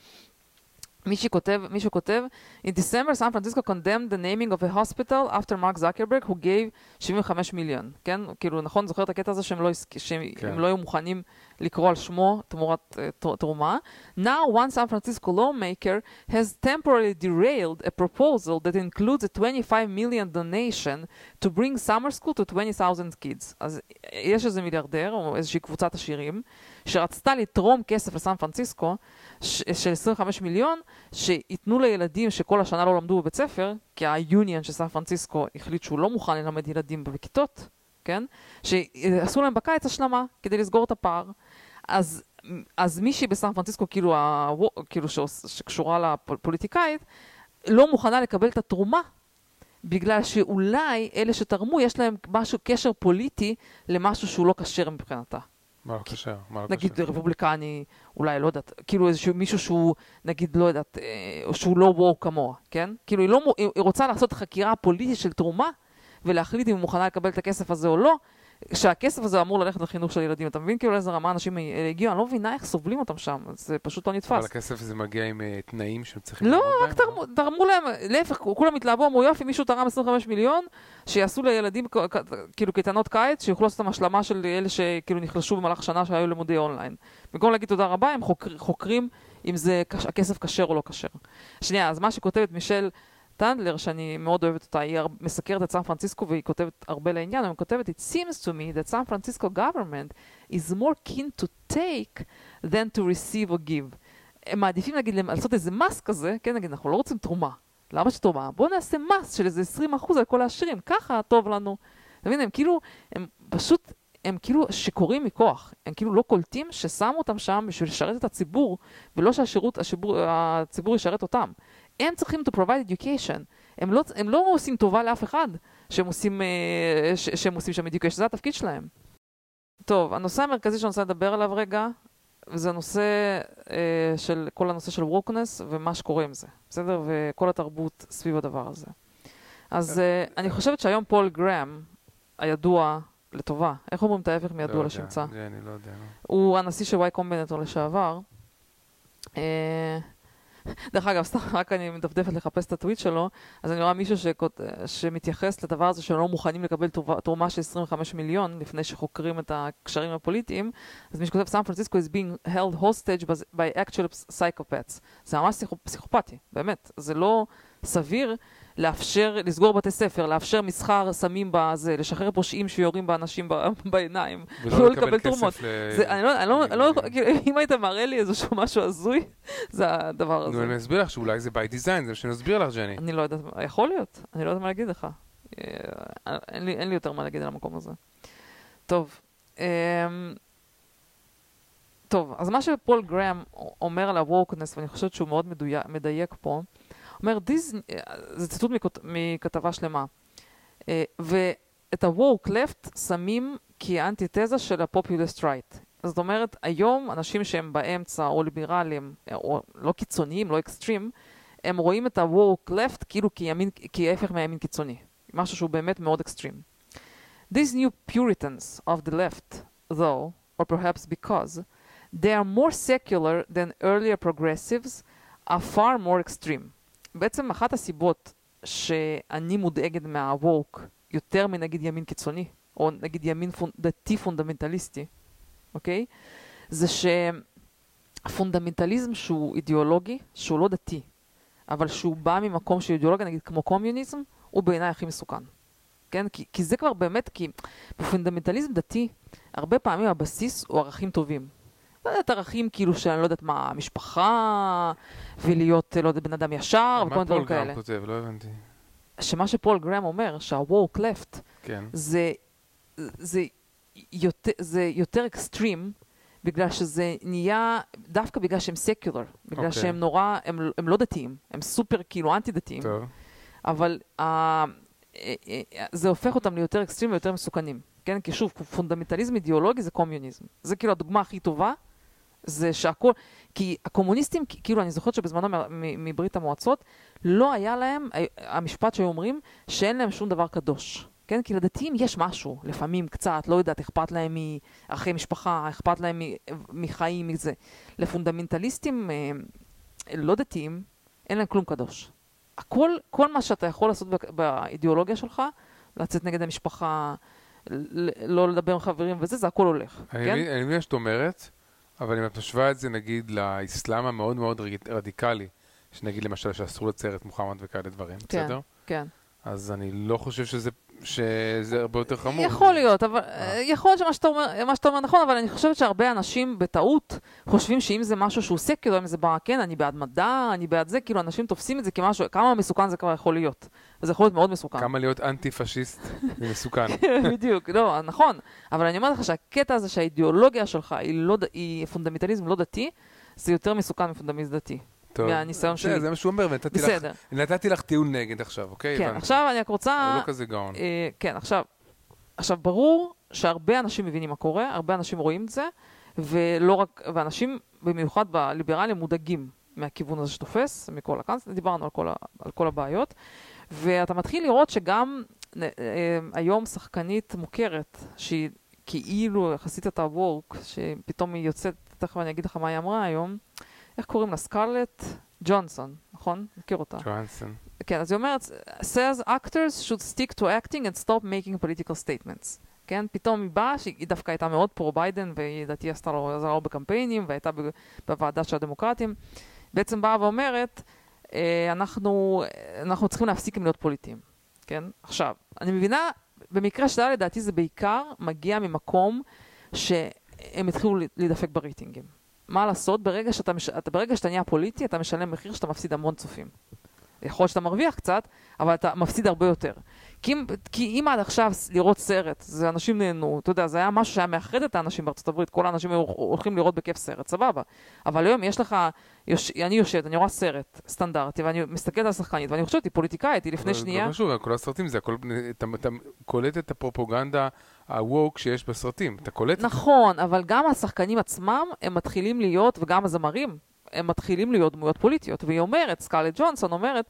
מישהו כותב, In December, San Francisco condemned the naming of a hospital after Mark Zuckerberg, who gave 75 מיליון. כן? כאילו, נכון, זוכר את הקטע הזה שהם לא היו מוכנים לקרוא על שמו תמורת תרומה. Now, one San Francisco lawmaker has temporarily derailed a proposal that includes a 25 million donation to bring summer school to 20,000 kids. אז יש איזה מיליארדר, או איזושהי קבוצת עשירים, שרצתה לתרום כסף לסן פרנסיסקו, של 25 מיליון, שיתנו לילדים שכל השנה לא למדו בבית ספר, כי היוניון של סן פרנסיסקו החליט שהוא לא מוכן ללמד ילדים בכיתות, כן? שעשו להם בקיץ השלמה כדי לסגור את הפער. אז מישהי בסן פרנסיסקו, כאילו שקשורה לפוליטיקאית, לא מוכנה לקבל את התרומה, בגלל שאולי אלה שתרמו, יש להם משהו, קשר פוליטי למשהו שהוא לא קשר מבחינתה. מה לא קשר? נגיד רפובליקני, אולי לא יודעת, כאילו איזשהו מישהו שהוא, נגיד לא יודעת, שהוא לא וואו כמוה, כן? כאילו היא רוצה לעשות חקירה פוליטית של תרומה, ולהחליט אם היא מוכנה לקבל את הכסף הזה או לא, שהכסף הזה אמור ללכת לחינוך של ילדים. אתה מבין כאילו איזה רמה אנשים הגיעו? אני לא מבינה איך סובלים אותם שם, זה פשוט לא נתפס. אבל הכסף הזה מגיע עם תנאים שהם צריכים לא, רק תרמו להם, להפך, כולם התלהבו, אמרו יופי, מישהו תרם 25 מיליון, שיעשו לילדים כאילו קייטנות קיץ, שיוכלו לעשות את המשלמה של אלה שכאילו נחלשו במהלך שנה שהיו לימודי אונליין. במקום להגיד תודה רבה, הם חוקרים אם זה הכסף כשר או לא כשר. שנייה, אז מה שכותבת מישל טנדלר, שאני מאוד אוהבת אותה, היא מסקרת את סן פרנסיסקו והיא כותבת הרבה לעניין, היא כותבת, It seems to me that San Francisco government is more keen to take than to receive or give. הם מעדיפים נגיד לעשות איזה מס כזה, כן נגיד, אנחנו לא רוצים תרומה. למה שתרומה? בואו נעשה מס של איזה 20% על כל העשירים, ככה טוב לנו. אתה מבין, הם כאילו שקוראים מכוח, הם כאילו לא קולטים ששמו אותם שם בשביל לשרת את הציבור, ולא שהציבור ישרת אותם. הם צריכים to provide education. הם לא עושים טובה לאף אחד שהם עושים שם education, זה התפקיד שלהם. טוב, הנושא המרכזי שאני רוצה לדבר עליו רגע, וזה נושא של כל הנושא של ווקנס ומה שקורה עם זה, בסדר? וכל התרבות סביב הדבר הזה. אז אני חושבת שהיום פול גרם, הידוע לטובה, איך אומרים את ההפך מידוע לשמצה? אני לא יודע. הוא הנשיא של וואי קומבינטור לשעבר. דרך אגב, סתם רק אני מדפדפת לחפש את הטוויט שלו, אז אני רואה מישהו שמתייחס לדבר הזה שלא מוכנים לקבל תרומה של 25 מיליון לפני שחוקרים את הקשרים הפוליטיים, אז מי שכותב, סן פרנסיסקו is being held hostage by actual psychopaths. זה ממש פסיכופתי, באמת. זה לא סביר לאפשר, לסגור בתי ספר, לאפשר מסחר סמים בזה, לשחרר פושעים שיורים באנשים בעיניים, ולא לקבל כסף אם היית מראה לי איזשהו משהו הזוי, זה הדבר הזה. אני אסביר לך שאולי זה by design, זה שנסביר לך, ג'ני. אני לא יודעת, יכול להיות, אני לא יודעת מה להגיד לך. אין לי יותר מה להגיד על המקום הזה. טוב, אז מה שפול גרם אומר על ה-wokeness, ואני חושבת שהוא מאוד מדייק פה, אומר, זה ציטוט מכתבה שלמה, ואת ה-woke left שמים כאנטיתזה של ה-populist right. זאת אומרת, היום אנשים שהם באמצע או ליברליים, או לא קיצוניים, לא אקסטרים, הם רואים את ה-woke left כאילו כהפך מהימין קיצוני. משהו שהוא באמת מאוד אקסטרים. These new Puritans of the left, though, or perhaps because, they are more secular than earlier progressives, are far more extreme. בעצם אחת הסיבות שאני מודאגת מה-woke יותר מנגיד ימין קיצוני, או נגיד ימין דתי פונדמנטליסטי, אוקיי? זה שהפונדמנטליזם שהוא אידיאולוגי, שהוא לא דתי, אבל שהוא בא ממקום שהוא אידיאולוגי, נגיד כמו קומיוניזם, הוא בעיניי הכי מסוכן. כן? כי זה כבר באמת, כי בפונדמנטליזם דתי, הרבה פעמים הבסיס הוא ערכים טובים. לא יודעת ערכים כאילו שאני לא יודעת מה, משפחה, ולהיות, לא יודעת, בן אדם ישר, וכל דברים כאלה. מה פול גרם כותב? לא הבנתי. שמה שפול גרם אומר, שה-woke left, כן. זה יותר אקסטרים, בגלל שזה נהיה, דווקא בגלל שהם סקולר, בגלל שהם נורא, הם לא דתיים, הם סופר כאילו אנטי דתיים. טוב. אבל זה הופך אותם ליותר אקסטרים ויותר מסוכנים. כן? כי שוב, פונדמנטליזם אידיאולוגי זה קומיוניזם. זה כאילו הדוגמה הכי טובה, זה שהכל, כי הקומוניסטים, כאילו אני זוכרת שבזמנו מברית המועצות, לא היה להם, המשפט שהיו אומרים, שאין להם שום דבר קדוש. כן? כי לדתיים יש משהו, לפעמים קצת, לא יודעת, אכפת להם מאחרי משפחה, אכפת להם מחיים, מזה. לפונדמנטליסטים לא דתיים, אין להם כלום קדוש. כל מה שאתה יכול לעשות באידיאולוגיה שלך, לצאת נגד המשפחה, לא לדבר עם חברים וזה, זה הכל הולך. אני מבין שאת אומרת, אבל אם את משווה את זה נגיד לאסלאם המאוד מאוד רדיקלי, שנגיד למשל שאסור לצייר את מוחמד וכאלה דברים, בסדר? כן. אז אני לא חושב שזה הרבה יותר חמור. יכול להיות, אבל יכול להיות שמה שאתה אומר נכון, אבל אני חושבת שהרבה אנשים בטעות חושבים שאם זה משהו שהוא סקולר, אם זה בא, כן, אני בעד מדע, אני בעד זה, כאילו אנשים תופסים את זה כמשהו, כמה מסוכן זה כבר יכול להיות. וזה יכול להיות מאוד מסוכן. כמה להיות אנטי-פשיסט זה מסוכן. בדיוק, לא, נכון. אבל אני אומרת לך שהקטע הזה שהאידיאולוגיה שלך היא פונדמנטליזם לא דתי, זה יותר מסוכן מפונדמנטליזם דתי. מהניסיון שלי. זה מה שהוא אומר, ונתתי לך טיעון נגד עכשיו, אוקיי? כן, עכשיו אני רק רוצה... אבל לא כזה גאון. כן, עכשיו ברור שהרבה אנשים מבינים מה קורה, הרבה אנשים רואים את זה, ולא רק, ואנשים במיוחד בליברלים מודאגים מהכיוון הזה שתופס, מכל הקאנס, דיברנו על כל הבעיות, ואתה מתחיל לראות שגם היום שחקנית מוכרת, שהיא כאילו יחסית את הוורק, שפתאום היא יוצאת, תכף אני אגיד לך מה היא אמרה היום, איך קוראים לה? סקרלט ג'ונסון, נכון? מכיר אותה. ג'ונסון. כן, אז היא אומרת, says actors should stick to acting and stop making political statements. כן, פתאום היא באה, שהיא דווקא הייתה מאוד פרו-ביידן, והיא לדעתי עשתה לו בקמפיינים, והייתה בוועדה של הדמוקרטים. בעצם באה ואומרת, אנחנו צריכים להפסיק עם להיות פוליטיים. כן? עכשיו, אני מבינה, במקרה שלה לדעתי זה בעיקר מגיע ממקום שהם התחילו להידפק ברייטינגים. מה לעשות? ברגע שאתה נהיה פוליטי, אתה משלם מחיר שאתה מפסיד המון צופים. יכול להיות שאתה מרוויח קצת, אבל אתה מפסיד הרבה יותר. כי אם עד עכשיו לראות סרט, זה אנשים נהנו, אתה יודע, זה היה משהו שהיה מאחד את האנשים בארצות הברית, כל האנשים הולכים לראות בכיף סרט, סבבה. אבל היום יש לך, אני יושבת, אני רואה סרט סטנדרטי, ואני מסתכלת על השחקנית, ואני חושבת, היא פוליטיקאית, היא לפני שנייה. לא משהו, כל הסרטים זה, אתה קולט את הפרופוגנדה הווק שיש בסרטים, אתה קולט. נכון, אבל גם השחקנים עצמם, הם מתחילים להיות, וגם הזמרים, הם מתחילים להיות דמויות פוליטיות, והיא אומרת, סקארלט ג'ונסון אומרת,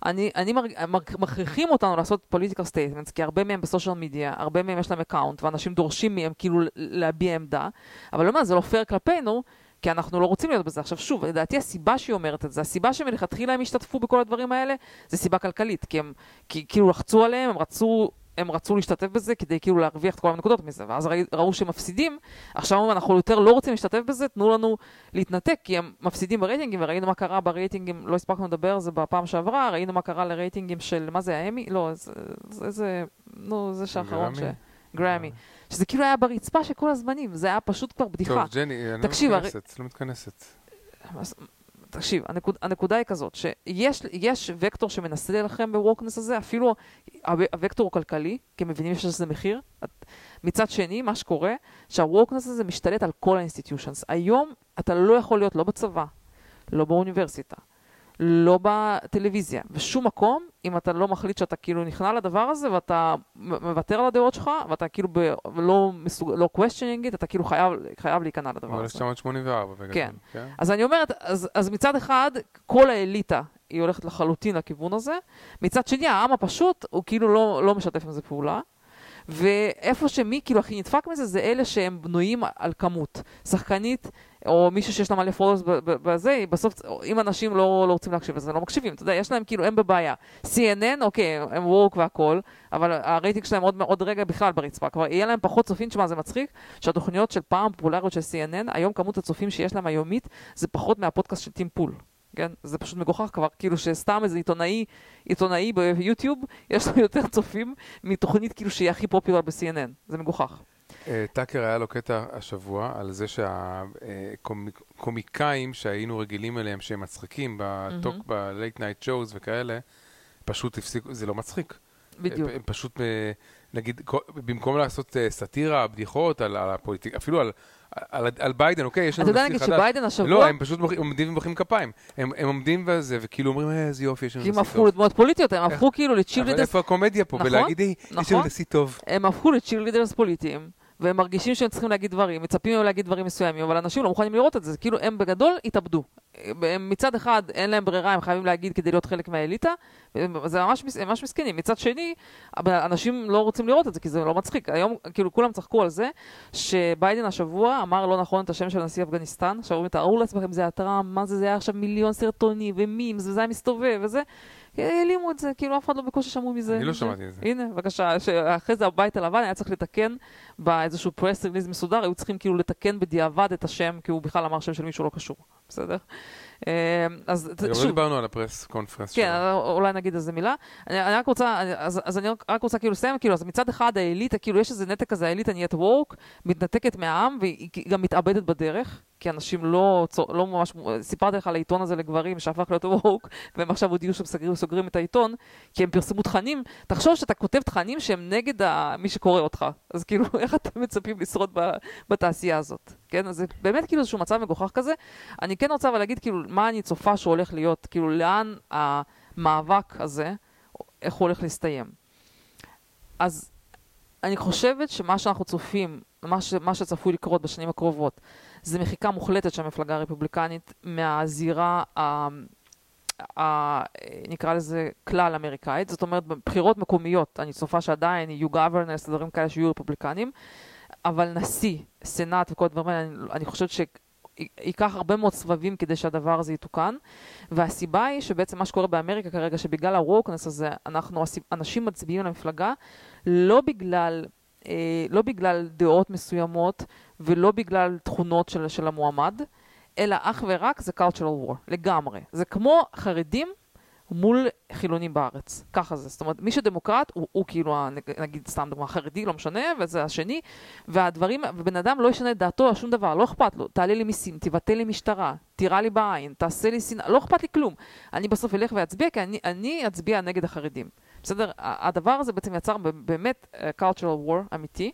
מכריחים אותנו לעשות פוליטיקל סטייטמנטס, כי הרבה מהם בסושיאל מדיה, הרבה מהם יש להם אקאונט, ואנשים דורשים מהם כאילו להביע עמדה, אבל לא, זה לא פייר כלפינו, כי אנחנו לא רוצים להיות בזה. עכשיו שוב, לדעתי הסיבה שהיא אומרת את זה, הסיבה שמלכתחילה הם השתתפו בכל הדברים האלה, זה סיבה כלכלית, כי כאילו לחצו עליהם, הם רצו להשתתף בזה כדי כאילו להרוויח את כל הנקודות מזה, ואז ראו שהם מפסידים, עכשיו אנחנו יותר לא רוצים להשתתף בזה, תנו לנו להתנתק, כי הם מפסידים ברייטינגים, וראינו מה קרה ברייטינגים, לא הספקנו לדבר, זה בפעם שעברה, ראינו מה קרה לרייטינגים של, מה זה, האמי? לא, זה שאחרון גרמי. שזה כאילו היה ברצפה של כל הזמנים, זה היה פשוט כבר בדיחה. טוב, ג'ני, אני לא מתכנסת. תקשיב, הנקודה היא כזאת, שיש וקטור שמנסה להילחם בווקנס הזה, אפילו הוקטור הוא כלכלי, כי מבינים שיש לזה מחיר. מצד שני, מה שקורה, שהווקנס הזה משתלט על כל האינסטיטיושנס. היום אתה לא יכול להיות לא בצבא, לא באוניברסיטה, לא בטלוויזיה, בשום מקום, אם אתה לא מחליט שאתה כאילו נכנע לדבר הזה, ואתה מוותר על הדעות שלך, ואתה כאילו לא questioning it, אתה כאילו חייב להיכנע לדבר הזה. 1984. כן. אז אני אומרת, אז מצד אחד, כל האליטה היא הולכת לחלוטין לכיוון הזה, מצד שני, העם הפשוט הוא כאילו לא משתף עם זה פעולה, ואיפה שמי כאילו הכי נדפק מזה, זה אלה שהם בנויים על כמות. שחקנית, או מישהו שיש לה מלא פולוורס בזה, בסוף, אם אנשים לא רוצים להקשיב לזה, לא מקשיבים. אתה יודע, יש להם כאילו, הם בבעיה. CNN, אוקיי, הם וורק והכל, אבל הרייטינג שלהם עוד רגע בכלל ברצפה. כבר יהיה להם פחות צופים, שמה זה מצחיק, שהתוכניות של פעם פופולריות של CNN, היום כמות הצופים שיש להם היומית, זה פחות מהפודקאסט של טים פול. כן? זה פשוט מגוחך כבר, כאילו שסתם איזה עיתונאי ביוטיוב, יש לו יותר צופים מתוכנית כאילו שהיא הכי פופולר ב-CNN. זה מגוחך. טאקר היה לו קטע השבוע על זה שהקומיקאים שהיינו רגילים אליהם שהם מצחיקים ב-late night shows וכאלה, פשוט הפסיקו, זה לא מצחיק. בדיוק. הם פשוט, נגיד, במקום לעשות סאטירה, בדיחות על הפוליטיקה, אפילו על ביידן, אוקיי, יש לנו נשיא חדש. אתה יודע, נגיד שביידן השבוע... לא, הם פשוט עומדים ומוחאים כפיים. הם עומדים וזה, וכאילו אומרים, איזה יופי, יש לנו נשיא טוב. כי הם הפכו לדמות פוליטיות, הם הפכו כאילו לצ'ירלידרס... אבל איפה הקומדיה פה? בלהגיד, יש לנו נשיא טוב. הם הפכו לצ'ירלידרס פוליטיים, והם מרגישים שהם צריכים להגיד דברים, מצפים להם להגיד דברים מסוימים, אבל אנשים לא מוכנים לראות את זה. כאילו, הם בגדול התאבדו. הם מצד אחד, אין להם ברירה, הם חייבים להגיד כדי להיות חלק מהאליטה, זה ממש מסכנים. מצד שני, אנשים לא רוצים לראות את זה, כי זה לא מצחיק. היום, כאילו, כולם צחקו על זה, שביידן השבוע אמר לא נכון את השם של נשיא אפגניסטן, שאומרים, תראו לעצמכם, זה הטראמפ, מה זה היה עכשיו מיליון סרטונים ומימס, וזה היה מסתובב, וזה. העלימו את זה, כאילו אף אחד לא בקושי שמעו מזה. אני לא שמעתי את זה. הנה, בבקשה, אחרי זה הבית הלבן היה צריך לתקן באיזשהו פרס ריליז מסודר, היו צריכים כאילו לתקן בדיעבד את השם, כי הוא בכלל אמר שם של מישהו לא קשור. בסדר? אז לא דיברנו על הפרס קונפרנס שלו. כן, אולי נגיד איזה מילה. אני רק רוצה כאילו לסיים, כאילו, אז מצד אחד האליטה, כאילו יש איזה נתק כזה, האליטה נהיית וורק, מתנתקת מהעם, והיא גם מתאבדת בדרך, כי אנשים לא ממש, סיפרתי לך על העיתון הזה לגברים שהפך להיות וורק, והם עכשיו הודיעו שסוגרים את העיתון, כי הם פרסמו תכנים. תחשוב שאתה כותב תכנים שהם נגד מי שקורא אותך. אז כאילו, איך אתם מצפים לשרוד בתעשייה הזאת? כן? אז זה באמת כאילו איזשהו מצב מגוחך כזה. אני כן רוצה אבל להגיד כאילו מה אני צופה שהולך להיות, כאילו לאן המאבק הזה, איך הוא הולך להסתיים. אז אני חושבת שמה שאנחנו צופים, מה שצפוי לקרות בשנים הקרובות, זה מחיקה מוחלטת של המפלגה הרפובליקנית מהזירה נקרא לזה כלל אמריקאית. זאת אומרת, בבחירות מקומיות, אני צופה שעדיין יהיו גוברנרס, דברים כאלה שיהיו רפובליקנים, אבל נשיא, סנאט וכל הדברים האלה, אני חושבת ייקח הרבה מאוד סבבים כדי שהדבר הזה יתוקן, והסיבה היא שבעצם מה שקורה באמריקה כרגע, שבגלל הווקנס הזה, אנשים מצביעים למפלגה, לא בגלל דעות מסוימות, ולא בגלל תכונות של המועמד, אלא אך ורק זה cultural war, לגמרי. זה כמו חרדים מול חילונים בארץ. ככה זה. זאת אומרת, מי שדמוקרט הוא כאילו, נגיד סתם דוגמה, חרדי, לא משנה, וזה השני, והדברים, ובן אדם לא ישנה את דעתו על שום דבר, לא אכפת לו, תעלה לי מיסים, תבטל לי משטרה, תירה לי בעין, תעשה לי שנאה, לא אכפת לי כלום. אני בסוף אלך ואצביע, כי אני אצביע נגד החרדים. בסדר? הדבר הזה בעצם יצר באמת cultural war אמיתי,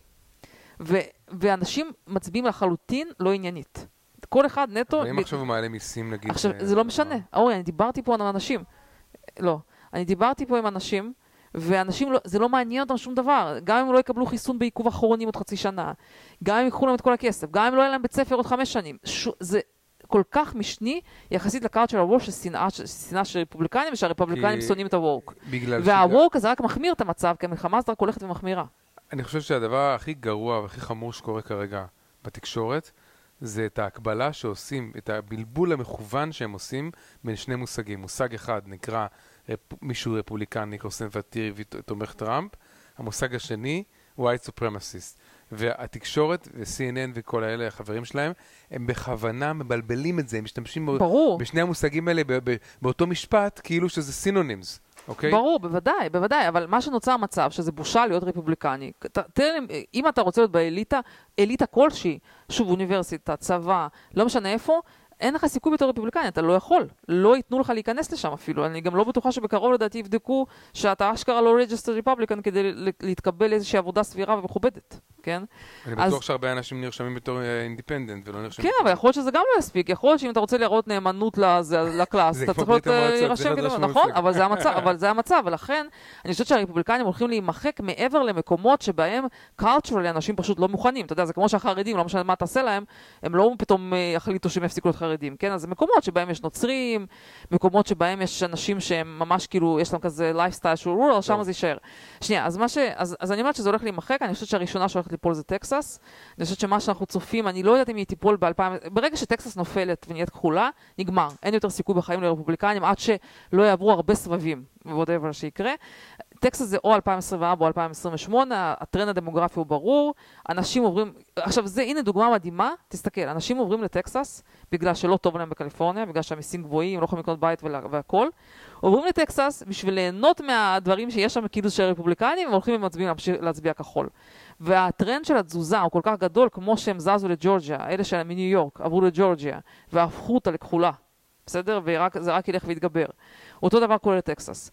ואנשים מצביעים לחלוטין לא עניינית. כל אחד נטו... אבל אם עכשיו הוא מעלה מיסים, נגיד... עכשיו, זה לא משנה. אורי, אני דיברתי פה עם אנשים. לא. אני דיברתי פה עם אנשים, ואנשים, זה לא מעניין אותם שום דבר. גם אם לא יקבלו חיסון בעיכוב אחרונים עוד חצי שנה, גם אם ייקחו להם את כל הכסף, גם אם לא יהיה להם בית ספר עוד 5 שנים. זה כל כך משני יחסית לקארט של הווק, ששנאה של רפובליקנים, ושהרפובליקנים שונאים את הווק. והווק הזה רק מחמיר את המצב, כי המלחמה הזאת רק הולכת ומחמירה. אני חושב שהדבר הכי גרוע והכי חמור שקורה כרגע בתקשורת, זה את ההקבלה שעושים, את הבלבול המכוון שהם עושים בין שני מושגים. מושג אחד נקרא מישהו רפובליקני, קונסרבטיבי ותומך טראמפ. המושג השני הוא white supremacist. והתקשורת ו-CNN וכל האלה, החברים שלהם, הם בכוונה מבלבלים את זה, הם משתמשים בשני המושגים האלה באותו משפט, כאילו שזה סינונימס. Okay. ברור, בוודאי, בוודאי, אבל מה שנוצר מצב, שזה בושה להיות רפובליקני, תראה, אם אתה רוצה להיות באליטה, אליטה כלשהי, שוב, אוניברסיטה, צבא, לא משנה איפה, אין לך סיכוי בתור רפובליקני, אתה לא יכול, לא ייתנו לך להיכנס לשם אפילו, אני גם לא בטוחה שבקרוב לדעתי יבדקו שאתה אשכרה לא registered republican כדי להתקבל איזושהי עבודה סבירה ומכובדת, כן? אני בטוח שהרבה אנשים נרשמים בתור אינדיפנדנט ולא נרשמים... כן, אבל יכול להיות שזה גם לא יספיק, יכול להיות שאם אתה רוצה להראות נאמנות לקלאס, אתה צריך להירשם כדי... נכון, אבל זה המצב, ולכן אני חושבת שהרפובליקנים הולכים להימחק מעבר למקומות שבהם culturally אנשים פשוט לא מוכנים, אתה יודע, זה כמו שהחרדים, לא משנה מה תעשה להם, הם לא פתאום יחליטו שהם יפסיקו להיות חרדים, כן? אז זה מקומות שבהם יש נוצרים, מקומות שבהם יש אנשים שהם ממש כאילו, יש להם כזה lifestyle שהוא rural, שם זה יישאר. שנייה, אז אני אומרת שזה הולך להימחק, אני חושבת שהראשונה שהולכת ליפול זה טקסס, אני חושבת שמה שאנחנו צופים, אני לא יודעת אם היא תיפול ברגע שטקסס נופלת ונהיית כחולה, נגמר. אין יותר סיכוי בחיים לרפובליקנים, עד שלא יעברו הרבה סבבים, whatever שיקרה. טקסס זה או 2024 או 2028, הטרנד הדמוגרפי הוא ברור, אנשים עוברים, עכשיו זה, הנה דוגמה מדהימה, תסתכל, אנשים עוברים לטקסס, בגלל שלא טוב להם בקליפורניה, בגלל שהמיסים גבוהים, לא יכולים לקנות בית והכל, עוברים לטקסס בשביל ליהנות מהדברים שיש שם כאילו של רפובליקנים, והולכים ומצביעים להצביע כחול. והטרנד של התזוזה הוא כל כך גדול, כמו שהם זזו לג'ורג'יה, אלה של מניו יורק, עברו לג'ורג'יה, והפכו אותה לכחולה, בסדר? וזה רק ילך ויתגבר. אותו דבר קורה לטקסס.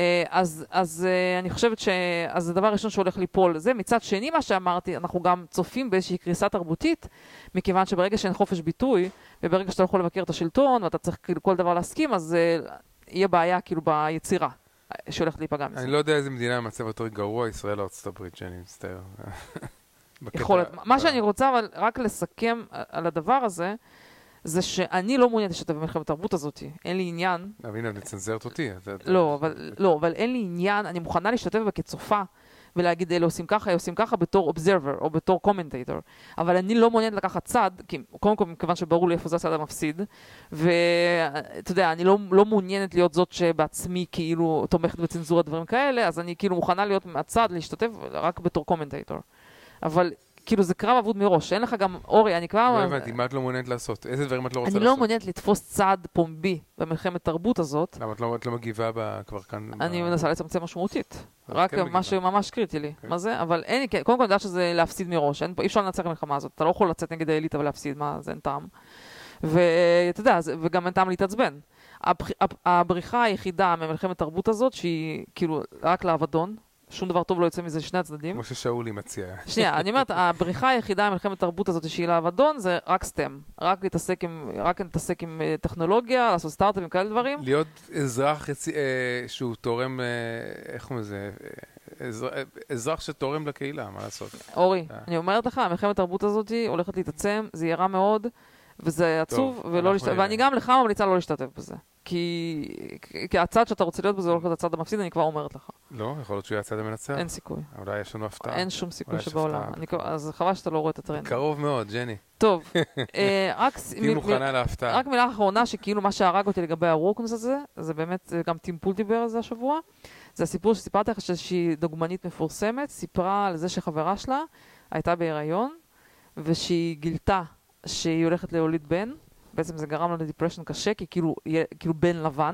אז אני חושבת אז זה דבר ראשון שהולך ליפול. זה מצד שני מה שאמרתי, אנחנו גם צופים באיזושהי קריסה תרבותית, מכיוון שברגע שאין חופש ביטוי, וברגע שאתה לא יכול לבקר את השלטון, ואתה צריך כל דבר להסכים, אז יהיה בעיה כאילו ביצירה שהולכת להיפגע מזה. אני לא יודע איזה מדינה במצב יותר גרוע, ישראל או ארצות הברית, שאני מצטער. מה שאני רוצה אבל רק לסכם על הדבר הזה, זה שאני לא מעוניינת לשתף במלחמת התרבות הזאת. אין לי עניין... הנה, את מצנזרת אותי. לא, אבל אין לי עניין, אני מוכנה להשתתף בה כצופה, ולהגיד, אלה עושים ככה בתור observer, או בתור commentator. אבל אני לא מעוניינת לקחת צד, כי קודם כל, מכיוון שברור לי איפה זה הצד המפסיד, ואתה יודע, אני לא מעוניינת להיות זאת שבעצמי כאילו תומכת בצנזורה דברים כאלה, אז אני כאילו מוכנה להיות מהצד, להשתתף רק בתור commentator. אבל... כאילו זה קרב עבוד מראש, אין לך גם, אורי, אני כבר... לא הבנתי, מה את לא מעוניינת לעשות? איזה דברים את לא רוצה לעשות? אני לא מעוניינת לתפוס צעד פומבי במלחמת תרבות הזאת. למה את לא מגיבה כבר כאן? אני מנסה לצמצם משמעותית. רק משהו ממש קריטי לי. מה זה? אבל אין, קודם כל אני יודעת שזה להפסיד מראש. אי אפשר לנצח במלחמה הזאת. אתה לא יכול לצאת נגד האליטה ולהפסיד, מה זה אין טעם. ואתה יודע, וגם אין טעם להתעצבן. הבריחה היחידה ממלחמת תרבות הזאת, שהיא כאילו רק לאבדון, שום דבר טוב לא יוצא מזה שני הצדדים. כמו ששאולי מציע. שנייה, אני אומרת, הבריחה היחידה ממלחמת תרבות הזאת שהיא לאבדון, זה רק סטם. רק להתעסק עם טכנולוגיה, לעשות סטארט-אפים, כאלה דברים. להיות אזרח שהוא תורם, איך הוא מזה? אזרח שתורם לקהילה, מה לעשות? אורי, אני אומרת לך, המלחמת תרבות הזאת הולכת להתעצם, זה יהיה רע מאוד, וזה עצוב, ואני גם לך ממליצה לא להשתתף בזה. כי הצד שאתה רוצה להיות בזה הולך להיות הצד המפסיד, אני כבר אומרת לך. לא, יכול להיות שהוא יהיה הצד המנצח. אין סיכוי. אולי יש לנו הפתעה. אין שום סיכוי שבעולם. אז חבל שאתה לא רואה את הטרנד. קרוב מאוד, ג'ני. טוב. תהי מוכנה להפתעה. רק מילה אחרונה שכאילו מה שהרג אותי לגבי הוורקנס הזה, זה באמת, גם טימפול דיבר על זה השבוע, זה הסיפור שסיפרתי לך שהיא דוגמנית מפורסמת, סיפרה על זה שחברה שלה הייתה בהיריון, ושהיא גילתה שהיא הולכת להוליד בן, בעצם זה גרם לה לדיפרשן קשה, כי כאילו בן לבן,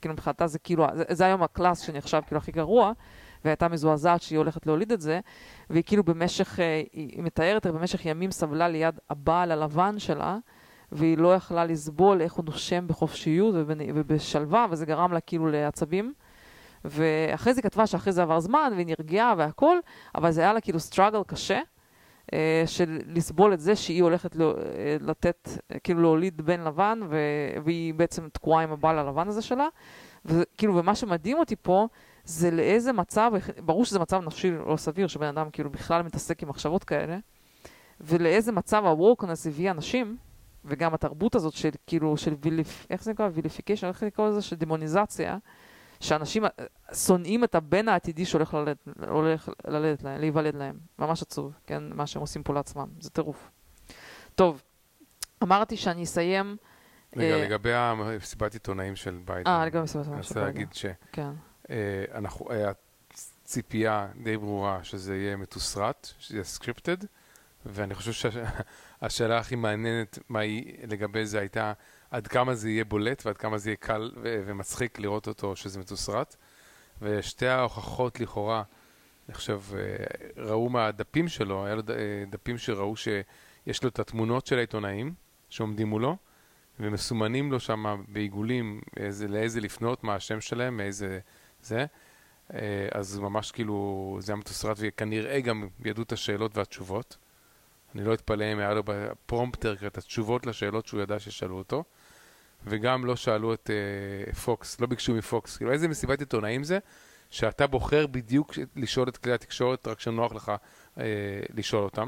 כאילו מבחינתה זה כאילו, זה היום הקלאס שנחשב כאילו הכי גרוע, והייתה מזועזעת שהיא הולכת להוליד את זה, והיא כאילו במשך, היא מתארת, במשך ימים סבלה ליד הבעל הלבן שלה, והיא לא יכלה לסבול איך הוא נושם בחופשיות ובשלווה, וזה גרם לה כאילו לעצבים. ואחרי זה כתבה שאחרי זה עבר זמן, והיא נרגיעה והכל, אבל זה היה לה כאילו סטרגל קשה, של לסבול את זה שהיא הולכת לתת, כאילו להוליד בן לבן, והיא בעצם תקועה עם הבעל הלבן הזה שלה. וכאילו, ומה שמדהים אותי פה, זה לאיזה מצב, ברור שזה מצב נפשי לא סביר, שבן אדם כאילו בכלל מתעסק עם מחשבות כאלה, ולאיזה מצב הוורקנס הביא אנשים, וגם התרבות הזאת של כאילו, איך זה נקרא? ויליפיקיישן, איך נקרא לזה? של דמוניזציה, שאנשים שונאים את הבן העתידי שהולך ללדת להם, להיוולד להם. ממש עצוב, כן? מה שהם עושים פה לעצמם. זה טירוף. טוב, אמרתי שאני אסיים... לגבי המסיבת עיתונאים של ביידן. לגבי המסיבת עיתונאים של ביידן. אני רוצה להגיד היה ציפייה די ברורה שזה יהיה מתוסרט, שזה יהיה סקריפטד, ואני חושב שהשאלה הכי מעניינת לגבי זה הייתה עד כמה זה יהיה בולט ועד כמה זה יהיה קל ומצחיק לראות אותו שזה מתוסרט. ושתי ההוכחות לכאורה, אני חושב, ראו מהדפים שלו, היה לו דפים שראו שיש לו את התמונות של העיתונאים שעומדים מולו, ומסומנים לו שם בעיגולים לאיזה לפנות, מה השם שלהם, מאיזה זה. אז ממש כאילו זה היה מתוסרט, וכנראה גם ידעו את השאלות והתשובות. אני לא אתפלא אם היה לו בפרומפטר את התשובות לשאלות שהוא ידע ששאלו אותו. וגם לא שאלו את פוקס, לא ביקשו מפוקס. כאילו איזה מסיבת עיתונאים זה, שאתה בוחר בדיוק לשאול את כלי התקשורת, רק שנוח לך לשאול אותם.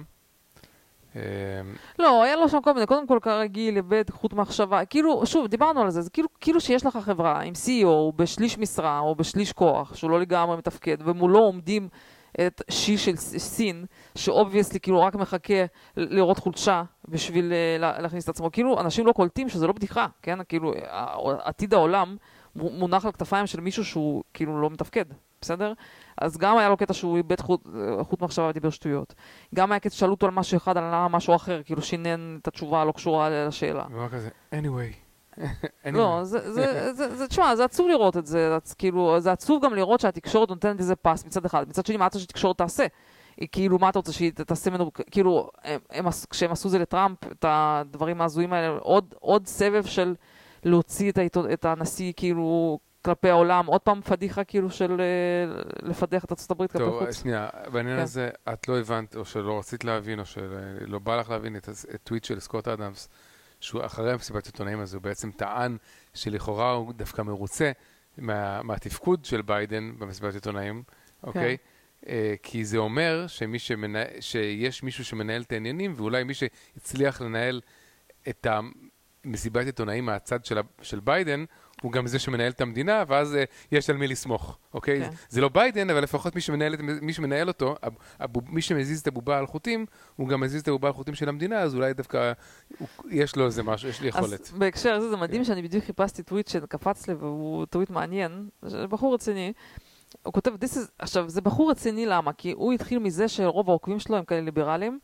לא, היה לו שם כל מיני, קודם כל כרגיל, לבד, חוט מחשבה, כאילו, שוב, דיברנו על זה, זה כאילו שיש לך חברה עם CEO בשליש משרה או בשליש כוח, שהוא לא לגמרי מתפקד, ומולו עומדים את שי של סין, שאובייסלי כאילו רק מחכה לראות חולשה בשביל להכניס את עצמו. כאילו, אנשים לא קולטים שזה לא בדיחה, כן? כאילו, עתיד העולם מונח על כתפיים של מישהו שהוא כאילו לא מתפקד, בסדר? אז גם היה לו קטע שהוא איבד חוט מחשבה ודיבר שטויות. גם היה קטע שאלו אותו על משהו אחד, על משהו אחר, כאילו שינן את התשובה לא קשורה לשאלה. ומה כזה, anyway. לא, תשמע, זה עצוב לראות את זה, כאילו, זה עצוב גם לראות שהתקשורת נותנת איזה פס מצד אחד, מצד שני, מה אתה שהתקשורת תעשה? כאילו, מה אתה רוצה שהיא תעשה ממנו, כאילו, כשהם עשו זה לטראמפ, את הדברים ההזויים האלה, עוד סבב של להוציא את הנשיא, כאילו, כלפי העולם, עוד פעם פדיחה, כאילו, של לפדח את ארצות הברית כלפי חוץ. טוב, שנייה, בעניין הזה, את לא הבנת, או שלא רצית להבין, או שלא בא לך להבין את הטוויט של סקוט אדמס, שהוא אחרי המסיבת עיתונאים הזה, הוא בעצם טען שלכאורה הוא דווקא מרוצה מהתפקוד של ביידן במסיבת עיתונאים, אוקיי? כי זה אומר שיש מישהו שמנהל את העניינים, ואולי מי שהצליח לנהל את המסיבת עיתונאים מהצד של ביידן, הוא גם זה שמנהל את המדינה, ואז יש על מי לסמוך, אוקיי? זה לא ביידן, אבל לפחות מי שמנהל אותו, מי שמזיז את הבובה על חוטים, הוא גם מזיז את הבובה על חוטים של המדינה, אז אולי דווקא יש לו איזה משהו, יש לי יכולת. אז בהקשר הזה זה מדהים שאני בדיוק חיפשתי טוויט שקפץ לי, והוא טוויט מעניין, בחור רציני, הוא כותב, עכשיו, זה בחור רציני למה? כי הוא התחיל מזה שרוב העוקבים שלו הם כאלה ליברליים,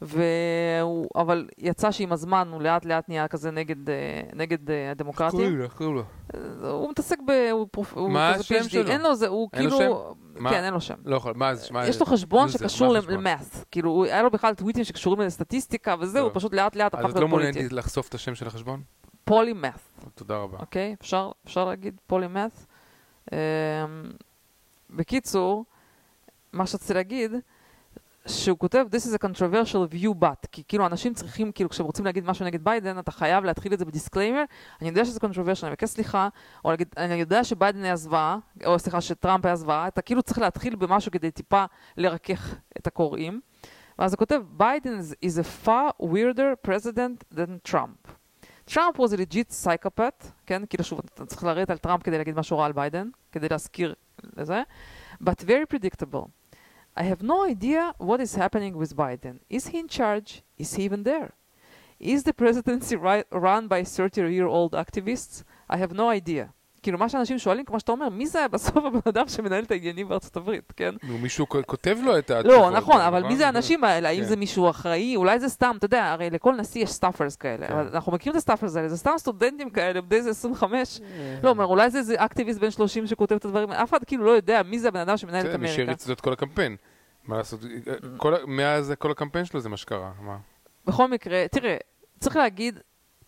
אבל יצא שעם הזמן הוא לאט לאט נהיה כזה נגד הדמוקרטים. קוראים לו. הוא מתעסק מה השם שלו? אין לו זה, הוא כאילו... כן, אין לו שם. לא יכול, מה? יש לו חשבון שקשור למאס. כאילו, היה לו בכלל טוויטים שקשורים לסטטיסטיקה וזה, הוא פשוט לאט לאט הפך לפוליטי. אז את לא מעוניינת לחשוף את השם של החשבון? פולימאס. תודה רבה. אוקיי, אפשר להגיד פולימאס. בקיצור, מה שרציתי להגיד, שהוא כותב, this is a controversial view but, כי כאילו אנשים צריכים, כאילו כשהם רוצים להגיד משהו נגד ביידן, אתה חייב להתחיל את זה בדיסקליימר, אני יודע שזה controversial, אני מבקש סליחה, או להגיד, אני יודע שביידן היה זוועה, או סליחה, שטראמפ היה זוועה, אתה כאילו צריך להתחיל במשהו כדי טיפה לרכך את הקוראים, ואז הוא כותב, ביידן is a far weirder president than Trump. Trump was a legit psychopath, כן? כאילו שוב, אתה צריך לראות על טראמפ כדי להגיד משהו רע על ביידן, כדי להזכיר לזה, but very predictable. I have no idea what is happening with Biden. Is he in charge? Is he even there? Is the presidency run by 30-year-old activists? I have no idea. כאילו מה שאנשים שואלים, כמו שאתה אומר, מי זה בסוף הבן אדם שמנהל את העניינים בארצות הברית, כן? מישהו כותב לו את לא, נכון, אבל מי זה האנשים האלה? האם זה מישהו אחראי? אולי זה סתם, אתה יודע, הרי לכל נשיא יש סטאפרס כאלה, אבל אנחנו מכירים את הסטאפרס האלה, זה סתם סטודנטים כאלה, בדי זה 25, לא, אומר, אולי זה אקטיביסט בן 30 שכותב את הדברים, אף אחד כאילו לא יודע מי זה הבן אדם שמנהל את אמריקה. מי שהריץ את כל הקמפיין. מה לעשות? מאז כל הקמפיין שלו זה מה שקרה. בכל מקרה, תראה, צריך להגיד,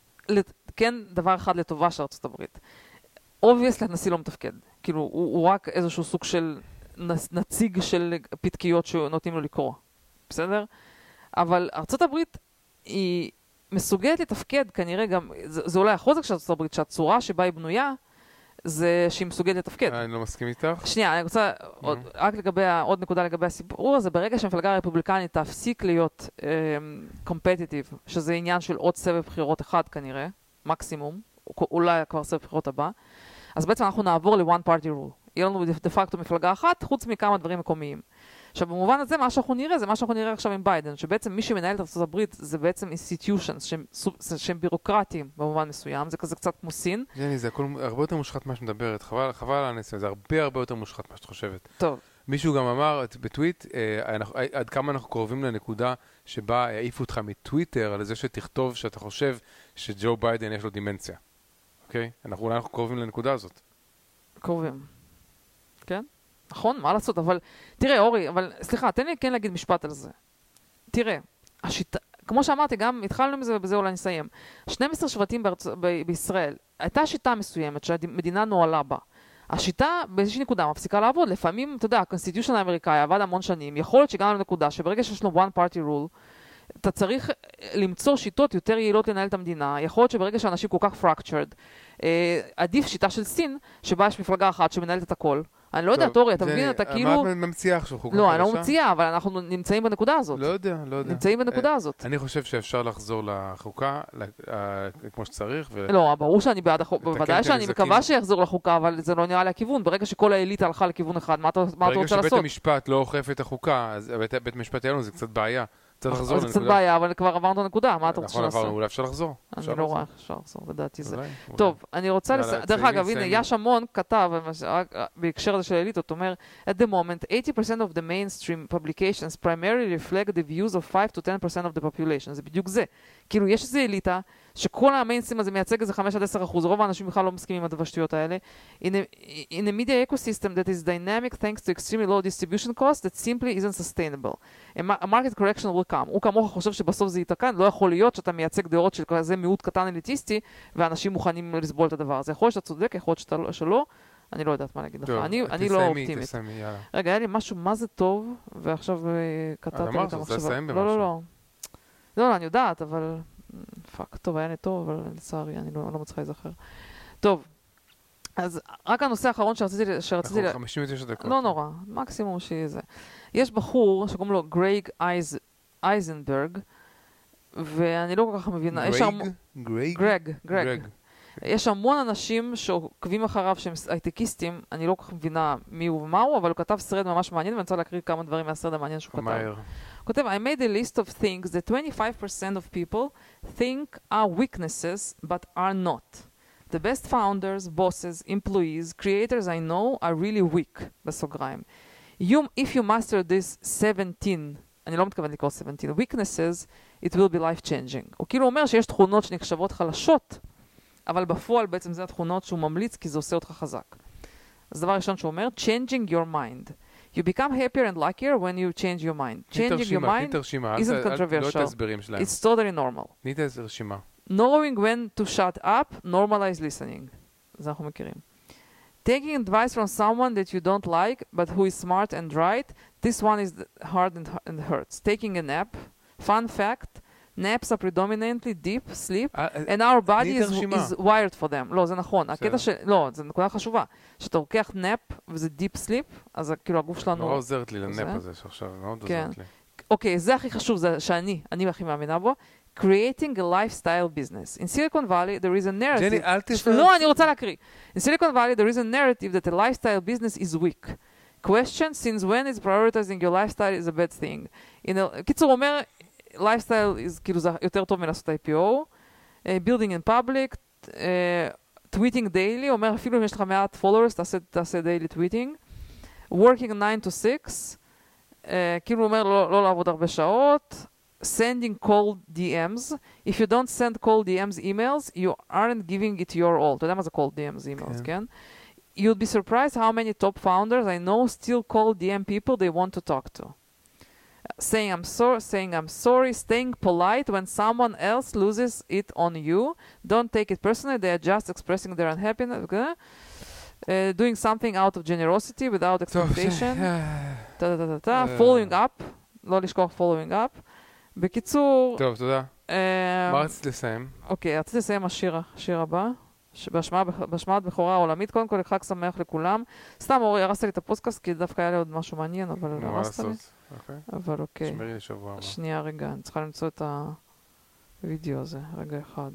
כן, דבר אחד לטובה של ארצות הברית. obviously הנשיא לא מתפקד. כאילו, הוא רק איזשהו סוג של נציג של פתקיות שנותנים לו לקרוא. בסדר? אבל ארצות הברית היא מסוגלת לתפקד, כנראה גם, זה אולי החוזק של ארצות הברית, שהצורה שבה היא בנויה, זה שהיא מסוגלת לתפקד. אני לא מסכים איתך. שנייה, אני רוצה, רק לגבי, עוד נקודה לגבי הסיפור הזה, ברגע שהמפלגה הרפובליקנית תפסיק להיות competitive, שזה עניין של עוד סבב בחירות אחד כנראה, מקסימום, אולי כבר סבב בחירות הבא, אז בעצם אנחנו נעבור ל-one party rule. יהיה לנו דה פקטו מפלגה אחת, חוץ מכמה דברים מקומיים. עכשיו, במובן הזה, מה שאנחנו נראה, זה מה שאנחנו נראה עכשיו עם ביידן, שבעצם מי שמנהל את ארצות הברית זה בעצם institutions שהם בירוקרטיים במובן מסוים, זה כזה קצת כמו סין. ג'ני, זה הכל הרבה יותר מושחת מה שמדברת, חבל על הנסיון, זה הרבה יותר מושחת מה שאת חושבת. טוב. מישהו גם אמר בטוויט, עד כמה אנחנו קרובים לנקודה שבה העיפו אותך מטוויטר על זה שתכתוב שאתה חושב שג'ו ביידן יש לו דימנציה. אוקיי? אולי אנחנו קרובים לנקודה הזאת. קרובים. כן? נכון, מה לעשות, אבל תראה, אורי, אבל סליחה, תן לי כן להגיד משפט על זה. תראה, השיטה, כמו שאמרתי, גם התחלנו מזה ובזה אולי נסיים. 12 שבטים בישראל, הייתה שיטה מסוימת שהמדינה נועלה בה. השיטה באיזושהי נקודה מפסיקה לעבוד. לפעמים, אתה יודע, הקונסטיטיושן האמריקאי עבד המון שנים, יכול להיות שגם לנקודה שברגע שיש לו one party rule, אתה צריך למצוא שיטות יותר יעילות לנהל את המדינה. יכול להיות שברגע שאנשים כל כך fractured, עדיף שיטה של סין, שבה יש מפלגה אחת שמנהלת את הכל. אני לא יודע, תורי, אתה מבין, אתה כאילו... מה את ממציאה עכשיו חוקה? לא, אני לא ממציאה, אבל אנחנו נמצאים בנקודה הזאת. לא יודע. נמצאים בנקודה הזאת. אני חושב שאפשר לחזור לחוקה, כמו שצריך. לא, ברור שאני בעד החוקה, בוודאי שאני מקווה שיחזור לחוקה, אבל זה לא נראה לי הכיוון. ברגע שכל האליטה הלכה לכיוון אחד, מה אתה רוצה לעשות? ברגע שבית המשפט לא אוכף את החוקה, אז בית המשפט יהיה לנו, זה קצת בעיה. זה קצת בעיה, אבל כבר עברנו נקודה, מה אתה רוצה לעשות? אולי אפשר לחזור. אני לא רואה איך אפשר לחזור, לדעתי זה. טוב, אני רוצה דרך אגב, הנה, יש המון כתב, בהקשר הזה של האליטות, אומר, at the moment, 80% of the mainstream publications primarily reflect the views of 5-10% of the population. זה בדיוק זה. כאילו, יש איזו אליטה, שכל המיינסטרים הזה מייצג איזה 5-10%, רוב האנשים בכלל לא מסכימים עם הדבשטויות האלה. In a media ecosystem that is dynamic thanks to extremely low distribution costs, that simply isn't sustainable. A market correction will come. הוא כמוך חושב שבסוף זה יתקן, לא יכול להיות שאתה מייצג דעות של כזה מיעוט קטן אליטיסטי, ואנשים מוכנים לסבול את הדבר הזה. יכול להיות שאתה צודק, יכול להיות שלא, אני לא יודעת מה להגיד לך. אני לא אופטימית. רגע, היה לי משהו, מה זה טוב, ועכשיו קטעתי את המחשבה. לא, אני יודעת, אבל... פאק, טוב, היה לי טוב, אבל לצערי, אני לא מצליחה להיזכר. טוב, אז רק הנושא האחרון שרציתי... אנחנו 59 דקות. לא נורא, מקסימום שיהיה זה. יש בחור שקוראים לו גרייג אייזנברג, ואני לא כל כך מבינה... גרייג. יש המון אנשים שעוקבים אחריו שהם הייטקיסטים, אני לא כל כך מבינה מי הוא ומה הוא, אבל הוא כתב סרט ממש מעניין, ואני רוצה להקריא כמה דברים מהסרט המעניין שהוא כתב. הוא כותב, I made a list of things that 25% of people think are weaknesses, but are not. The best founders, bosses, employees, creators I know are really weak, בסוגריים. If you master this 17, אני לא מתכוון לקרוא 17, weaknesses, it will be life changing. הוא כאילו אומר שיש תכונות שנחשבות חלשות, אבל בפועל בעצם זה התכונות שהוא ממליץ, כי זה עושה אותך חזק. אז דבר ראשון שהוא אומר, changing your mind. You become happier and luckier when you change your mind. Changing your mind isn't controversial. It's totally normal. Knowing when to shut up, normalize listening. זה אנחנו מכירים. Taking advice from someone that you don't like, but who is smart and right, this one is hard and hurts. Taking a nap. Fun fact, naps are predominantly deep sleep, and our body is wired for them. לא, זה נכון. הקטע לא, זה נקודה חשובה. שאתה לוקח נאפ, וזה deep sleep, אז כאילו הגוף שלנו... נורא עוזרת לי לנאפ הזה שעכשיו, מאוד עוזרת לי. אוקיי, זה הכי חשוב, זה שאני הכי מאמינה בו. Creating a lifestyle business. In Silicon Valley, there is a narrative... ג'ני, אל תפרד. לא, אני רוצה להקריא. In Silicon Valley, there is a narrative that a lifestyle business is weak. Question, since when is prioritizing your lifestyle is a bad thing? קיצור, אומר... lifestyle is כאילו זה יותר טוב מלעשות IPO, building in public, Tweeting daily, אומר אפילו אם יש לך 100 followers, תעשה daily tweeting. Working 9 to 6, כאילו אומר לא לעבוד הרבה שעות. Sending cold DMs. If you don't send cold DMs emails, you aren't giving it your all. אתה יודע מה זה cold DMs emails, כן? You'd be surprised how many top founders I know still call DM people they want to talk to. Saying I'm sorry, staying polite when someone else loses it on you. Don't take it personally, they are just expressing their unhappiness. Doing something out of generosity without expectation. Following up, לא לשכוח following up. בקיצור... טוב, תודה. מה רצית לסיים? אוקיי, רציתי לסיים השיר הבא. בהשמעת בכורה העולמית. קודם כל, חג שמח לכולם. סתם, אורי, הרסת לי את הפודקאסט, כי דווקא היה לי עוד משהו מעניין, אבל הרסת לי. אבל אוקיי. שמרי לשבוע הבא. שנייה, רגע, אני צריכה למצוא את הוידאו הזה. רגע אחד.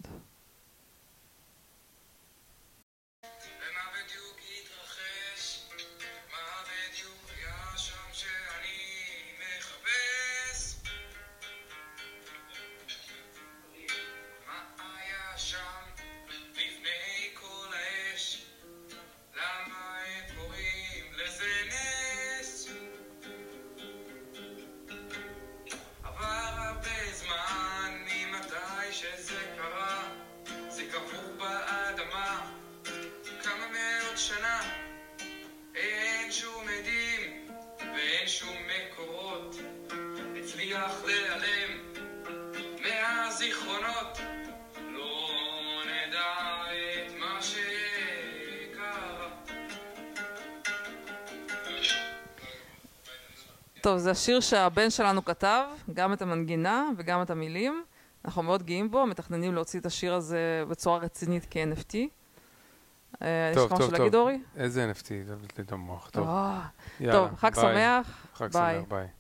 טוב, זה השיר שהבן שלנו כתב, גם את המנגינה וגם את המילים. אנחנו מאוד גאים בו, מתכננים להוציא את השיר הזה בצורה רצינית כ-NFT. יש לך משהו להגיד, אורי? איזה NFT? זה בלתי את המוח. טוב, טוב, חג שמח. חג שמח, ביי.